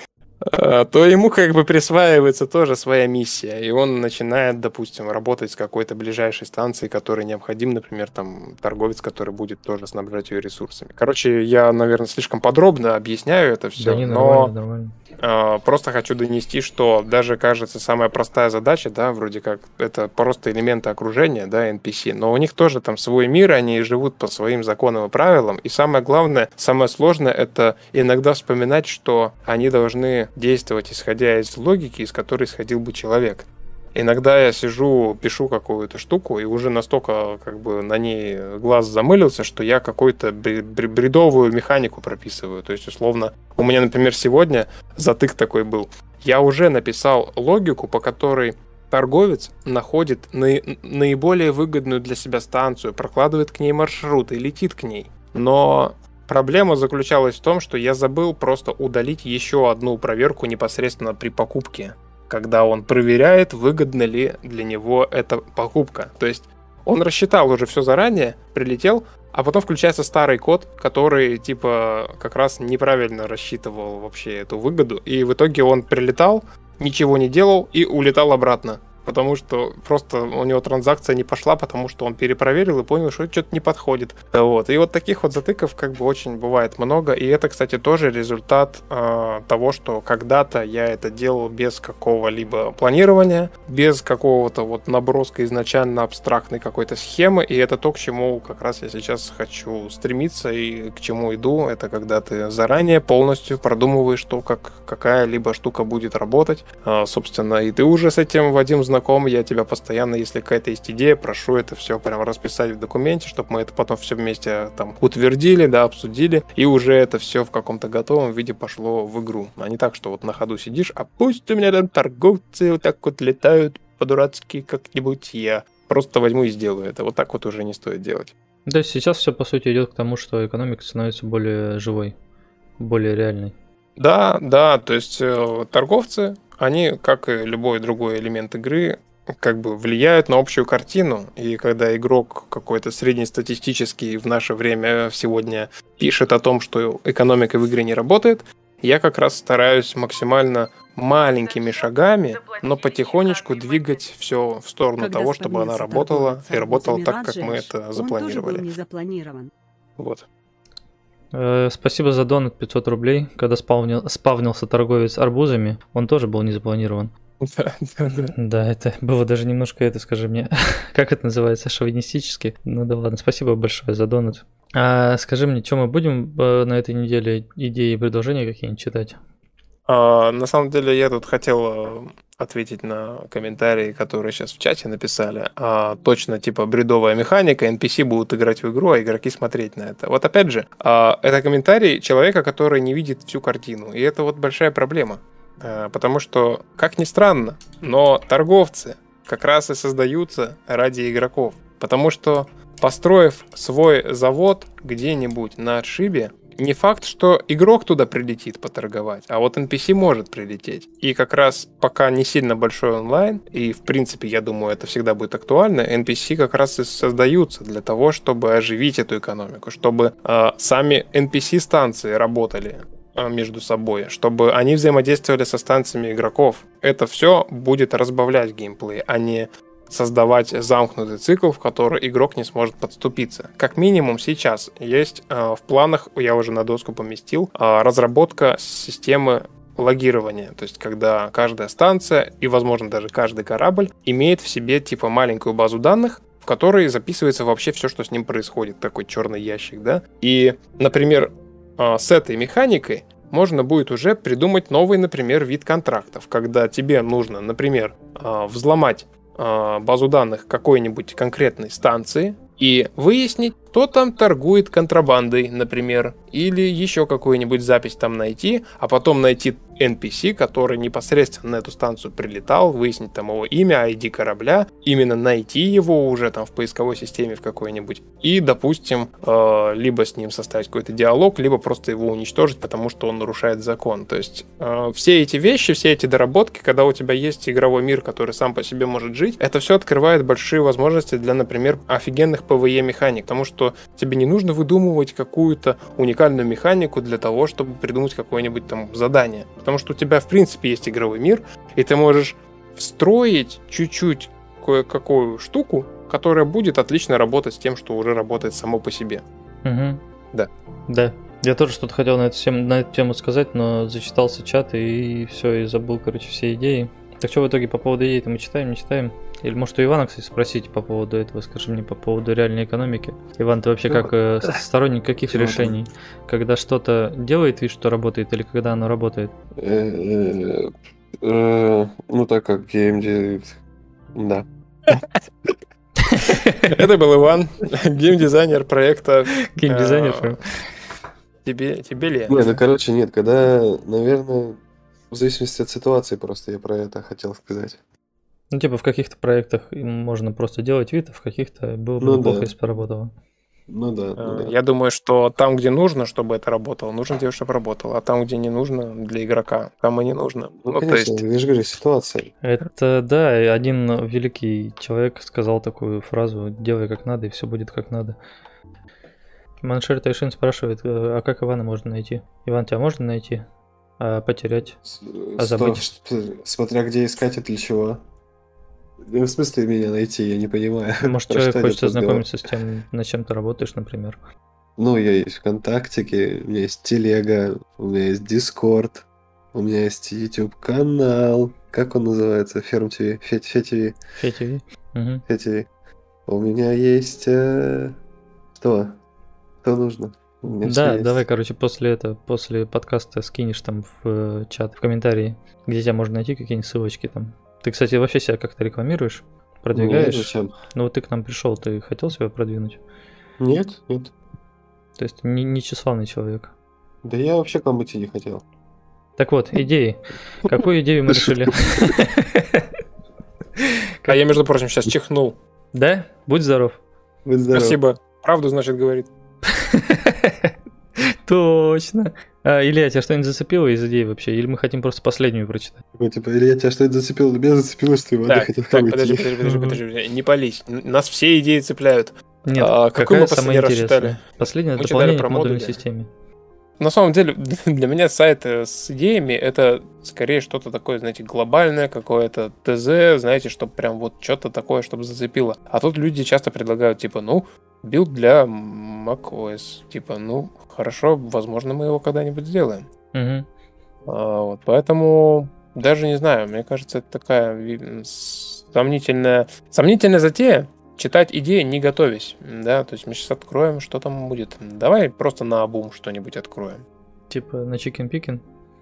то ему как бы присваивается тоже своя миссия, и он начинает, допустим, работать с какой-то ближайшей станцией, которой необходим, например, там торговец, который будет тоже снабжать ее ресурсами. Короче, я, наверное, слишком подробно объясняю это все, Да не, но нормально. просто хочу донести, что даже, кажется, самая простая задача, да, вроде как, это просто элементы окружения, да, NPC, но у них тоже там свой мир, они живут по своим законам и правилам, и самое главное, самое сложное, это иногда вспоминать, что они должны действовать, исходя из логики, из которой исходил бы человек. Иногда я сижу, пишу какую-то штуку, и уже настолько как бы на ней глаз замылился, что я какую-то бредовую механику прописываю. То есть, условно, у меня, например, сегодня затык такой был. Я уже написал логику, по которой торговец находит наиболее выгодную для себя станцию, прокладывает к ней маршрут и летит к ней. Но проблема заключалась в том, что я забыл просто удалить еще одну проверку непосредственно при покупке, когда он проверяет, выгодна ли для него эта покупка. То есть он рассчитал уже все заранее, прилетел, а потом включается старый код, который типа как раз неправильно рассчитывал вообще эту выгоду, и в итоге он прилетал, ничего не делал и улетал обратно. Потому что просто у него транзакция не пошла, потому что он перепроверил и понял, что что-то не подходит. Вот. И вот таких вот затыков как бы очень бывает много. И это, кстати, тоже результат того, что когда-то я это делал без какого-либо планирования, без какого-то вот наброска изначально абстрактной какой-то схемы. И это то, к чему как раз я сейчас хочу стремиться и к чему иду. Это когда ты заранее полностью продумываешь то, как какая-либо штука будет работать. Собственно, и ты уже с этим, Вадим, знаком, я тебя постоянно, если какая-то есть идея, прошу это все прям расписать в документе, чтобы мы это потом все вместе там утвердили, да, обсудили, и уже это все в каком-то готовом виде пошло в игру. А не так, что вот на ходу сидишь, а пусть у меня там торговцы вот так вот летают по-дурацки как-нибудь, я просто возьму и сделаю это. Вот так вот уже не стоит делать. То есть сейчас все по сути идет к тому, что экономика становится более живой, более реальной. Да, то есть торговцы, они, как и любой другой элемент игры, как бы влияют на общую картину. И когда игрок какой-то среднестатистический в наше время сегодня пишет о том, что экономика в игре не работает, я как раз стараюсь максимально маленькими шагами, но потихонечку двигать все в сторону Когда того, чтобы она работала и работала так, как мы это запланировали. Он тоже был не запланирован. Вот. Спасибо за донат 500 рублей. Когда спавнился торговец арбузами, он тоже был не запланирован. Да. Да, это было даже немножко, скажи мне, как это называется, шовинистически. Ну да ладно, спасибо большое за донат. Скажи мне, что мы будем на этой неделе идеи и предложения какие-нибудь читать? На самом деле я тут хотел ответить на комментарии, которые сейчас в чате написали. Точно, типа, бредовая механика, NPC будут играть в игру, а игроки смотреть на это. Вот опять же, это комментарий человека, который не видит всю картину. И это вот большая проблема. Потому что, как ни странно, но торговцы как раз и создаются ради игроков. Потому что, построив свой завод где-нибудь на отшибе, не факт, что игрок туда прилетит поторговать, а вот NPC может прилететь. И как раз пока не сильно большой онлайн, и в принципе, я думаю, это всегда будет актуально, NPC как раз и создаются для того, чтобы оживить эту экономику, чтобы сами NPC-станции работали между собой, чтобы они взаимодействовали со станциями игроков. Это все будет разбавлять геймплей, а не создавать замкнутый цикл, в который игрок не сможет подступиться. Как минимум сейчас есть в планах, я уже на доску поместил, разработка системы логирования. То есть, когда каждая станция и, возможно, даже каждый корабль имеет в себе типа маленькую базу данных, в которой записывается вообще все, что с ним происходит. Такой черный ящик, да? И, например, с этой механикой можно будет уже придумать новый, например, вид контрактов, когда тебе нужно, например, взломать базу данных какой-нибудь конкретной станции и выяснить, кто там торгует контрабандой, например, или еще какую-нибудь запись там найти, а потом найти NPC, который непосредственно на эту станцию прилетал, выяснить там его имя, ID корабля, именно найти его уже там в поисковой системе в какой-нибудь и, допустим, либо с ним составить какой-то диалог, либо просто его уничтожить, потому что он нарушает закон. То есть все эти вещи, все эти доработки, когда у тебя есть игровой мир, который сам по себе может жить, это все открывает большие возможности для, например, офигенных PvE механик, потому что что тебе не нужно выдумывать какую-то уникальную механику для того, чтобы придумать какое-нибудь там задание. Потому что у тебя, в принципе, есть игровой мир, и ты можешь встроить чуть-чуть кое-какую штуку, которая будет отлично работать с тем, что уже работает само по себе. Угу. Да. Да. Я тоже что-то хотел на эту тему сказать, но зачитался чат и все, и забыл, короче, все идеи. Так что в итоге по поводу идей-то мы читаем, не читаем? Или может у Ивана, кстати, спросить по поводу этого, скажи мне по поводу реальной экономики. Иван, ты вообще как сторонник каких решений? Когда что-то делает вид, что работает, или когда оно работает? Ну, так как геймдизайнер, да. Это был Иван, геймдизайнер проекта. Геймдизайнер? Тебе ли? Не, ну, короче, нет, когда, наверное, в зависимости от ситуации просто я про это хотел сказать. Ну, типа в каких-то проектах можно просто делать вид, а в каких-то было бы неплохо, если бы работало. Ну да. Я думаю, что там, где нужно, чтобы это работало, нужно делать, чтобы работало. А там, где не нужно для игрока, там и не нужно. Ну, конечно, я же говорю, ситуация. Это, да, и один великий человек сказал такую фразу: делай как надо, и все будет как надо. Маншер Тайшин спрашивает, а как Ивана можно найти? Иван, тебя можно найти? А потерять? А забыть? Смотря где искать и для чего. В смысле меня найти, я не понимаю. Может, человек хочет ознакомиться с тем, над чем ты работаешь, например. Ну, я есть ВКонтактике, у меня есть Телега, у меня есть Дискорд, у меня есть YouTube канал. Как он называется? Ферм ТВ? Фе ТВ. Фе ТВ. Угу. Фе ТВ. У меня есть... Что? Что нужно? Да, давай, короче, после подкаста скинешь там в чат, в комментарии, где тебя можно найти, какие-нибудь ссылочки там. Ты, кстати, вообще себя как-то рекламируешь? Продвигаешь? Нет, зачем? Ну вот ты к нам пришел, ты хотел себя продвинуть? Нет. То есть не тщеславный человек. Да я вообще к вам идти не хотел. Так вот, идеи. Какую идею мы решили? А я, между прочим, сейчас чихнул. Да? Будь здоров. Будь здоров. Спасибо. Правду, значит, говорит. Точно. Илья, тебя что-нибудь зацепило из идей вообще? Или мы хотим просто последнюю прочитать? Типа, Илья, тебя что-нибудь зацепило? Меня зацепило, что Иван хотел к нам идти. Подожди, не пались. Нас все идеи цепляют. Нет, какую мы какая самая последний раз интересная? читали? Последнее Мы дополнение читали к про модульной модули. системе. На самом деле, для меня сайт с идеями это скорее что-то такое, знаете, глобальное, какое-то ТЗ, знаете, чтобы прям вот что-то такое, чтобы зацепило. А тут люди часто предлагают, типа, билд для macOS. Типа, хорошо, возможно, мы его когда-нибудь сделаем. Угу. Поэтому даже не знаю, мне кажется, это такая сомнительная затея. Читать идеи, не готовясь, да, то есть мы сейчас откроем, что там будет. Давай просто наобум что-нибудь откроем. Типа на Chicken Picking?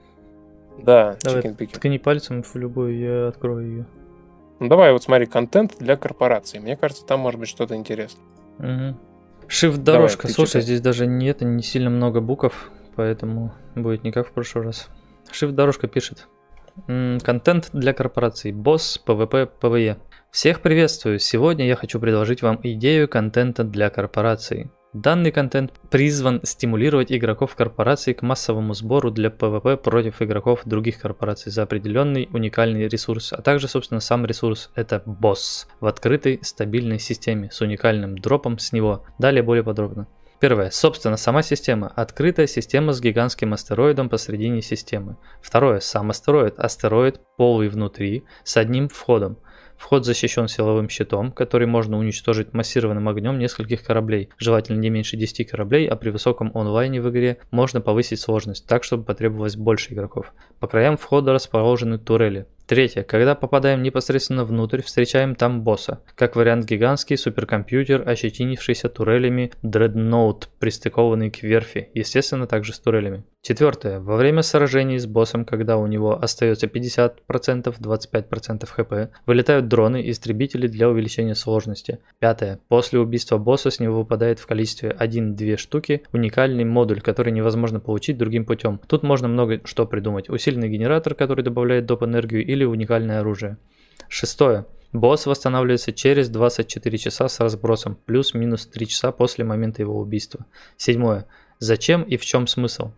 Да, Давай, Chicken Picking. ткни пальцем в любую, я открою ее. Давай вот смотри, контент для корпораций. Мне кажется, там может быть что-то интересное. Угу. Shift-дорожка, Давай, слушай, читай. здесь даже не сильно много букв, поэтому будет не как в прошлый раз. Shift-дорожка пишет. Контент для корпораций. Босс, ПВП, ПВЕ. Всех приветствую! Сегодня я хочу предложить вам идею контента для корпораций. Данный контент призван стимулировать игроков корпораций к массовому сбору для ПВП против игроков других корпораций за определенный уникальный ресурс, а также, собственно, сам ресурс – это босс в открытой стабильной системе с уникальным дропом с него. Далее более подробно. Первое. Собственно, сама система. Открытая система с гигантским астероидом посредине системы. Второе. Сам астероид. Астероид полый внутри с одним входом. Вход защищен силовым щитом, который можно уничтожить массированным огнем нескольких кораблей, желательно не меньше 10 кораблей, а при высоком онлайне в игре можно повысить сложность так, чтобы потребовалось больше игроков. По краям входа расположены турели. Третье. Когда попадаем непосредственно внутрь, встречаем там босса. Как вариант гигантский суперкомпьютер, ощетинившийся турелями Dreadnought, пристыкованный к верфи, естественно также с турелями. Четвертое. Во время сражений с боссом, когда у него остается 50%, 25% хп, вылетают дроны и истребители для увеличения сложности. Пятое. После убийства босса с него выпадает в количестве 1-2 штуки уникальный модуль, который невозможно получить другим путем. Тут можно много что придумать. Усиленный генератор, который добавляет доп. Энергию, или уникальное оружие. Шестое. Босс восстанавливается через 24 часа с разбросом, плюс-минус 3 часа после момента его убийства. Седьмое. Зачем и в чем смысл?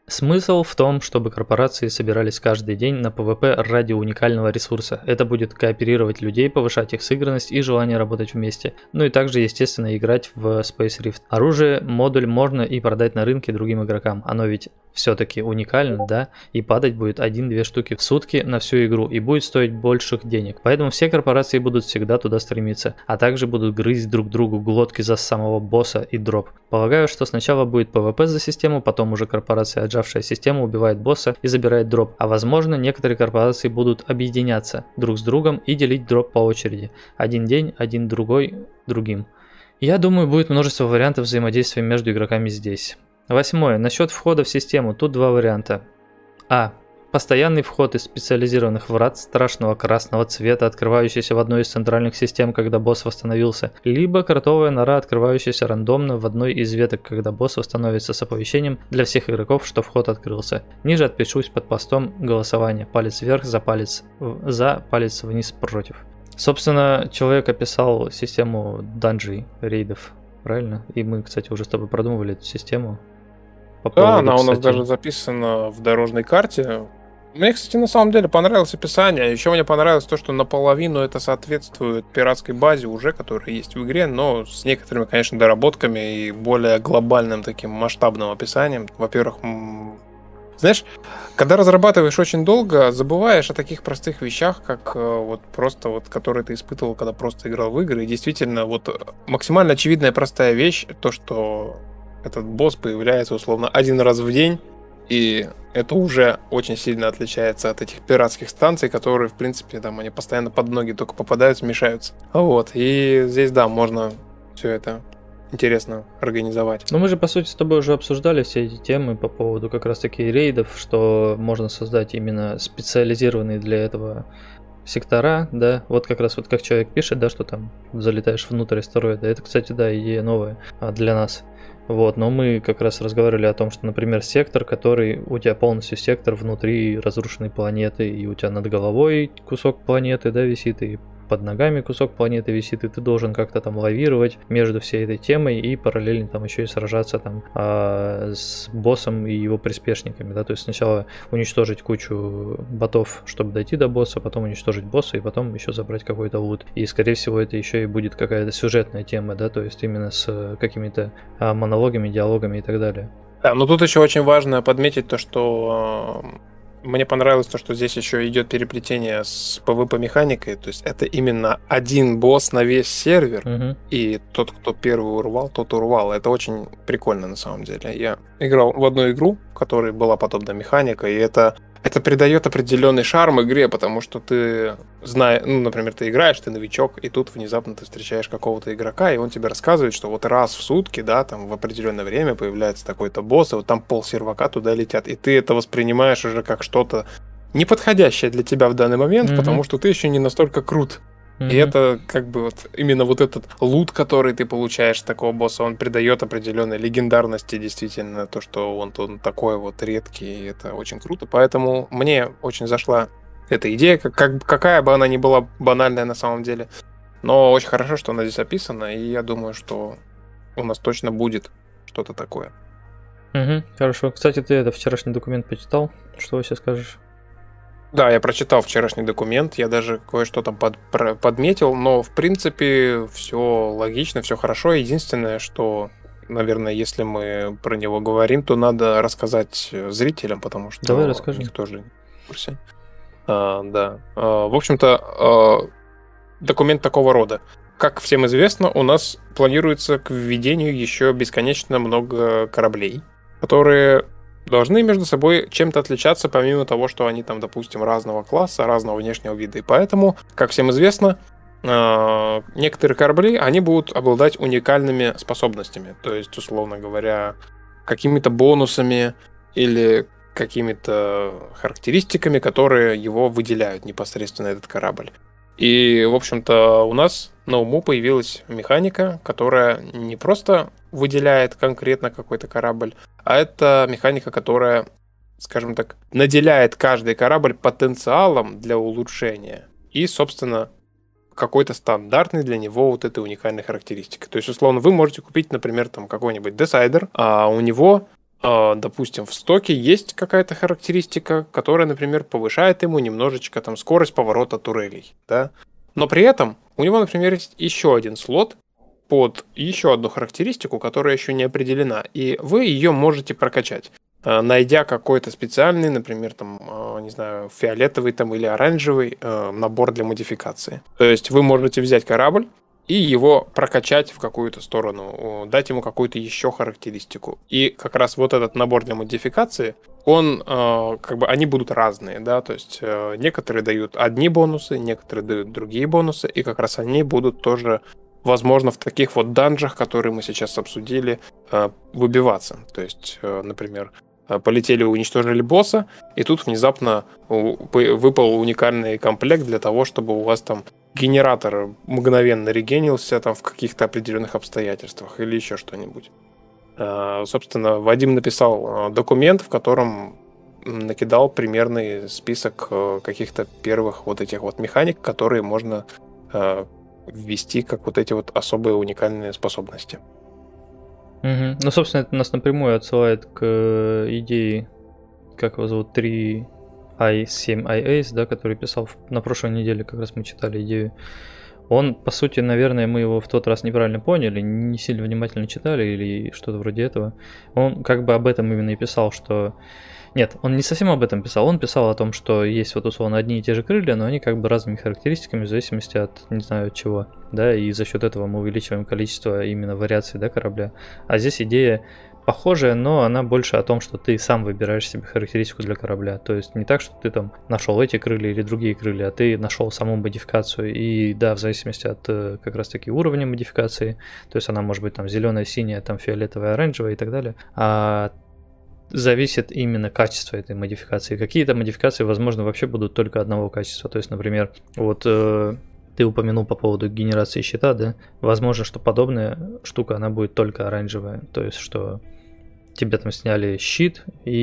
Смысл в том, чтобы корпорации собирались каждый день на PvP ради уникального ресурса. Это будет кооперировать людей, повышать их сыгранность и желание работать вместе. Ну и также, естественно, играть в Space Rift. Оружие, модуль можно и продать на рынке другим игрокам. Оно ведь все-таки уникально, да? И падать будет 1-2 штуки в сутки на всю игру и будет стоить больших денег. Поэтому все корпорации будут всегда туда стремиться, а также будут грызть друг другу глотки за самого босса и дроп. Полагаю, что сначала будет PvP за систему, потом уже корпорация, отжавшая систему, убивает босса и забирает дроп. А возможно, некоторые корпорации будут объединяться друг с другом и делить дроп по очереди. Один день, один другой, другим. Я думаю, будет множество вариантов взаимодействия между игроками здесь. 8. Насчет входа в систему. Тут два варианта. А. Постоянный вход из специализированных врат страшного красного цвета, открывающийся в одной из центральных систем, когда босс восстановился, либо кротовая нора, открывающаяся рандомно в одной из веток, когда босс восстановится, с оповещением для всех игроков, что вход открылся. Ниже отпишусь под постом голосования. Палец вверх за, палец вниз против. Собственно, человек описал систему данжей, рейдов, правильно? И мы, кстати, уже с тобой продумывали эту систему. Да, она у нас даже записана в дорожной карте. Мне, кстати, на самом деле понравилось описание. Еще мне понравилось то, что наполовину это соответствует пиратской базе уже, которая есть в игре, но с некоторыми, конечно, доработками и более глобальным таким масштабным описанием. Во-первых, знаешь, когда разрабатываешь очень долго, забываешь о таких простых вещах, как вот просто вот, которые ты испытывал, когда просто играл в игры. И действительно, вот максимально очевидная простая вещь, то, что этот босс появляется условно один раз в день, и это уже очень сильно отличается от этих пиратских станций, которые, в принципе, там они постоянно под ноги только попадаются, мешаются. Вот, и здесь, да, можно все это интересно организовать. Ну, мы же, по сути, с тобой уже обсуждали все эти темы по поводу как раз-таки рейдов, что можно создать именно специализированные для этого сектора, да, вот как раз вот как человек пишет, да, что там залетаешь внутрь астероида. Это, кстати, да, идея новая для нас. Вот, но мы как раз разговаривали о том, что, например, сектор, который у тебя полностью сектор внутри разрушенной планеты, и у тебя над головой кусок планеты, да, висит, и под ногами кусок планеты висит, и ты должен как-то там лавировать между всей этой темой и параллельно там еще и сражаться там с боссом и его приспешниками, да, то есть сначала уничтожить кучу ботов, чтобы дойти до босса, потом уничтожить босса и потом еще забрать какой-то лут. И скорее всего это еще и будет какая-то сюжетная тема, да, то есть именно с какими-то монологами, диалогами и так далее. Да, но тут еще очень важно подметить то, что мне понравилось то, что здесь еще идет переплетение с PvP-механикой, то есть это именно один босс на весь сервер, и тот, кто первый урвал, тот урвал. Это очень прикольно на самом деле. Я играл в одну игру, в которой была подобная механика, и это придает определенный шарм игре, потому что ты знаешь, ну, например, ты играешь, ты новичок, и тут внезапно ты встречаешь какого-то игрока, и он тебе рассказывает, что вот раз в сутки, да, там в определенное время появляется такой-то босс, и вот там полсервака туда летят, и ты это воспринимаешь уже как что-то неподходящее для тебя в данный момент, потому что ты еще не настолько крут. И это как бы вот именно вот этот лут, который ты получаешь с такого босса, он придает определенной легендарности действительно, то, что он такой вот редкий, и это очень круто. Поэтому мне очень зашла эта идея, какая бы она ни была банальная на самом деле. Но очень хорошо, что она здесь описана, и я думаю, что у нас точно будет что-то такое. Хорошо. Кстати, ты это вчерашний документ почитал? Что вообще скажешь? Да, я прочитал вчерашний документ, я даже кое-что там подметил, но в принципе все логично, все хорошо. Единственное, что, наверное, если мы про него говорим, то надо рассказать зрителям, потому что давай расскажи. Их тоже в курсе. Да. В общем-то, документ такого рода. Как всем известно, у нас планируется к введению еще бесконечно много кораблей, которые должны между собой чем-то отличаться, помимо того, что они там, допустим, разного класса, разного внешнего вида. И поэтому, как всем известно, некоторые корабли, они будут обладать уникальными способностями. То есть, условно говоря, какими-то бонусами или какими-то характеристиками, которые его выделяют непосредственно этот корабль. И, в общем-то, у нас на уму появилась механика, которая не просто выделяет конкретно какой-то корабль, а это механика, которая, скажем так, наделяет каждый корабль потенциалом для улучшения и, собственно, какой-то стандартный для него вот этой уникальной характеристики. То есть, условно, вы можете купить, например, там какой-нибудь Decider, а у него допустим, в стоке есть какая-то характеристика, которая, например, повышает ему немножечко там скорость поворота турелей, да? Но при этом у него, например, есть еще один слот под еще одну характеристику, которая еще не определена, и вы ее можете прокачать, найдя какой-то специальный, например, там, не знаю, фиолетовый там или оранжевый набор для модификации. То есть вы можете взять корабль и его прокачать в какую-то сторону, дать ему какую-то еще характеристику. И как раз вот этот набор для модификации, он, как бы, они будут разные, да, то есть некоторые дают одни бонусы, некоторые дают другие бонусы, и как раз они будут тоже, возможно, в таких вот данжах, которые мы сейчас обсудили, выбиваться. То есть, например, полетели, уничтожили босса, и тут внезапно выпал уникальный комплект для того, чтобы у вас там генератор мгновенно регенился там в каких-то определенных обстоятельствах или еще что-нибудь. Собственно, Вадим написал документ, в котором накидал примерный список каких-то первых вот этих вот механик, которые можно ввести как вот эти вот особые уникальные способности. Угу. Ну, собственно, это нас напрямую отсылает к идее, как его зовут, 3i7iAce, да, который писал на прошлой неделе, как раз мы читали идею. Он, по сути, наверное, мы его в тот раз неправильно поняли, не сильно внимательно читали или что-то вроде этого. Он как бы об этом именно и писал, что... Нет, он не совсем об этом писал. Он писал о том, что есть вот условно одни и те же крылья, но они как бы разными характеристиками в зависимости от не знаю от чего, да, и за счет этого мы увеличиваем количество именно вариаций, да, корабля. А здесь идея похожая, но она больше о том, что ты сам выбираешь себе характеристику для корабля. То есть не так, что ты там нашел эти крылья или другие крылья, а ты нашел саму модификацию. И да, в зависимости от как раз таки уровня модификации, то есть она может быть там зеленая, синяя, там фиолетовая, оранжевая и так далее. Зависит именно качество этой модификации. Какие-то модификации, возможно, вообще будут только одного качества. То есть, например, вот ты упомянул по поводу генерации щита, да? Возможно, что подобная штука, она будет только оранжевая. То есть, что тебе там сняли щит,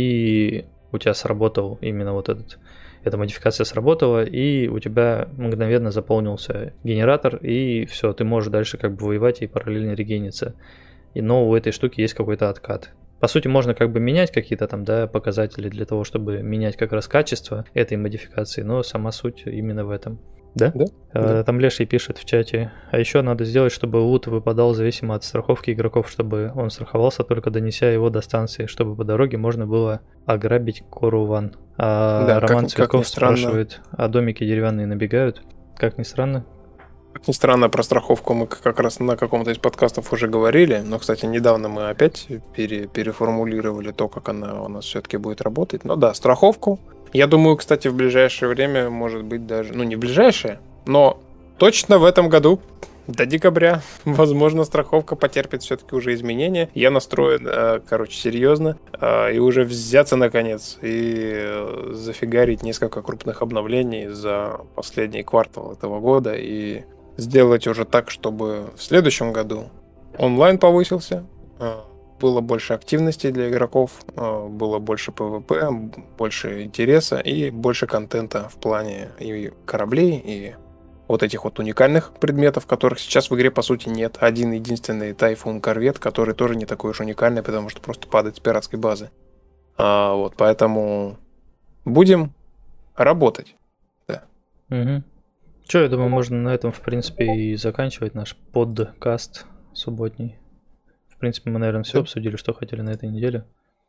и у тебя сработал именно вот эта модификация сработала, и у тебя мгновенно заполнился генератор, и все, ты можешь дальше как бы воевать и параллельно регениться. Но у этой штуки есть какой-то откат. По сути, можно как бы менять какие-то там, да, показатели для того, чтобы менять как раз качество этой модификации, но сама суть именно в этом. Да? Да. Там Леший пишет в чате. А еще надо сделать, чтобы лут выпадал зависимо от страховки игроков, чтобы он страховался, только донеся его до станции, чтобы по дороге можно было ограбить Коруван. Да, Роман как Цветков ни странно. спрашивает, а домики деревянные набегают? Как ни странно. Как ни странно, про страховку мы как раз на каком-то из подкастов уже говорили, но, кстати, недавно мы опять переформулировали то, как она у нас все-таки будет работать. Но да, страховку. Я думаю, кстати, в ближайшее время, может быть, даже... Ну, не в ближайшее, но точно в этом году, до декабря, возможно, страховка потерпит все-таки уже изменения. Я настроен, серьезно, и уже взяться, наконец, и зафигарить несколько крупных обновлений за последний квартал этого года, и сделать уже так, чтобы в следующем году онлайн повысился, было больше активности для игроков, было больше PvP, больше интереса и больше контента в плане и кораблей, и вот этих вот уникальных предметов, которых сейчас в игре по сути нет. Один единственный Тайфун корвет, который тоже не такой уж уникальный, потому что просто падает с пиратской базы. Вот, поэтому будем работать. Да. Угу. Че, я думаю, можно на этом, в принципе, и заканчивать наш подкаст субботний. В принципе, мы, наверное, все обсудили, что хотели на этой неделе.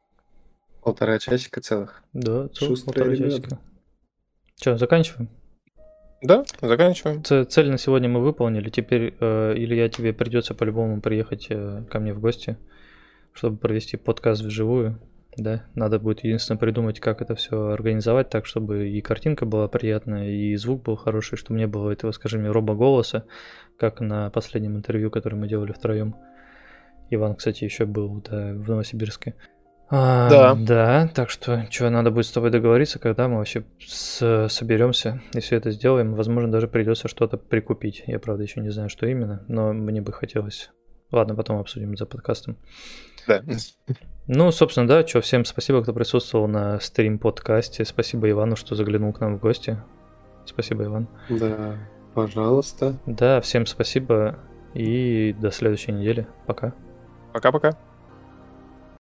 1,5 часика целых. Да, целых Шустрые 1,5 часика. Че, заканчиваем? Да, заканчиваем. Цель на сегодня мы выполнили. Теперь, Илья, тебе придется по-любому приехать ко мне в гости, чтобы провести подкаст вживую. Да, надо будет единственное придумать, как это все организовать так, чтобы и картинка была приятная, и звук был хороший, чтобы не было этого, скажем, робоголоса, как на последнем интервью, которое мы делали втроем. Иван, кстати, еще был в Новосибирске. Да, так что надо будет с тобой договориться, когда мы вообще соберемся и все это сделаем. Возможно, даже придется что-то прикупить. Я, правда, еще не знаю, что именно, но мне бы хотелось. Ладно, потом обсудим за подкастом. Да. Ну, собственно, да, всем спасибо, кто присутствовал на стрим-подкасте. Спасибо Ивану, что заглянул к нам в гости. Спасибо, Иван. Да, пожалуйста. Да, всем спасибо и до следующей недели. Пока. Пока-пока.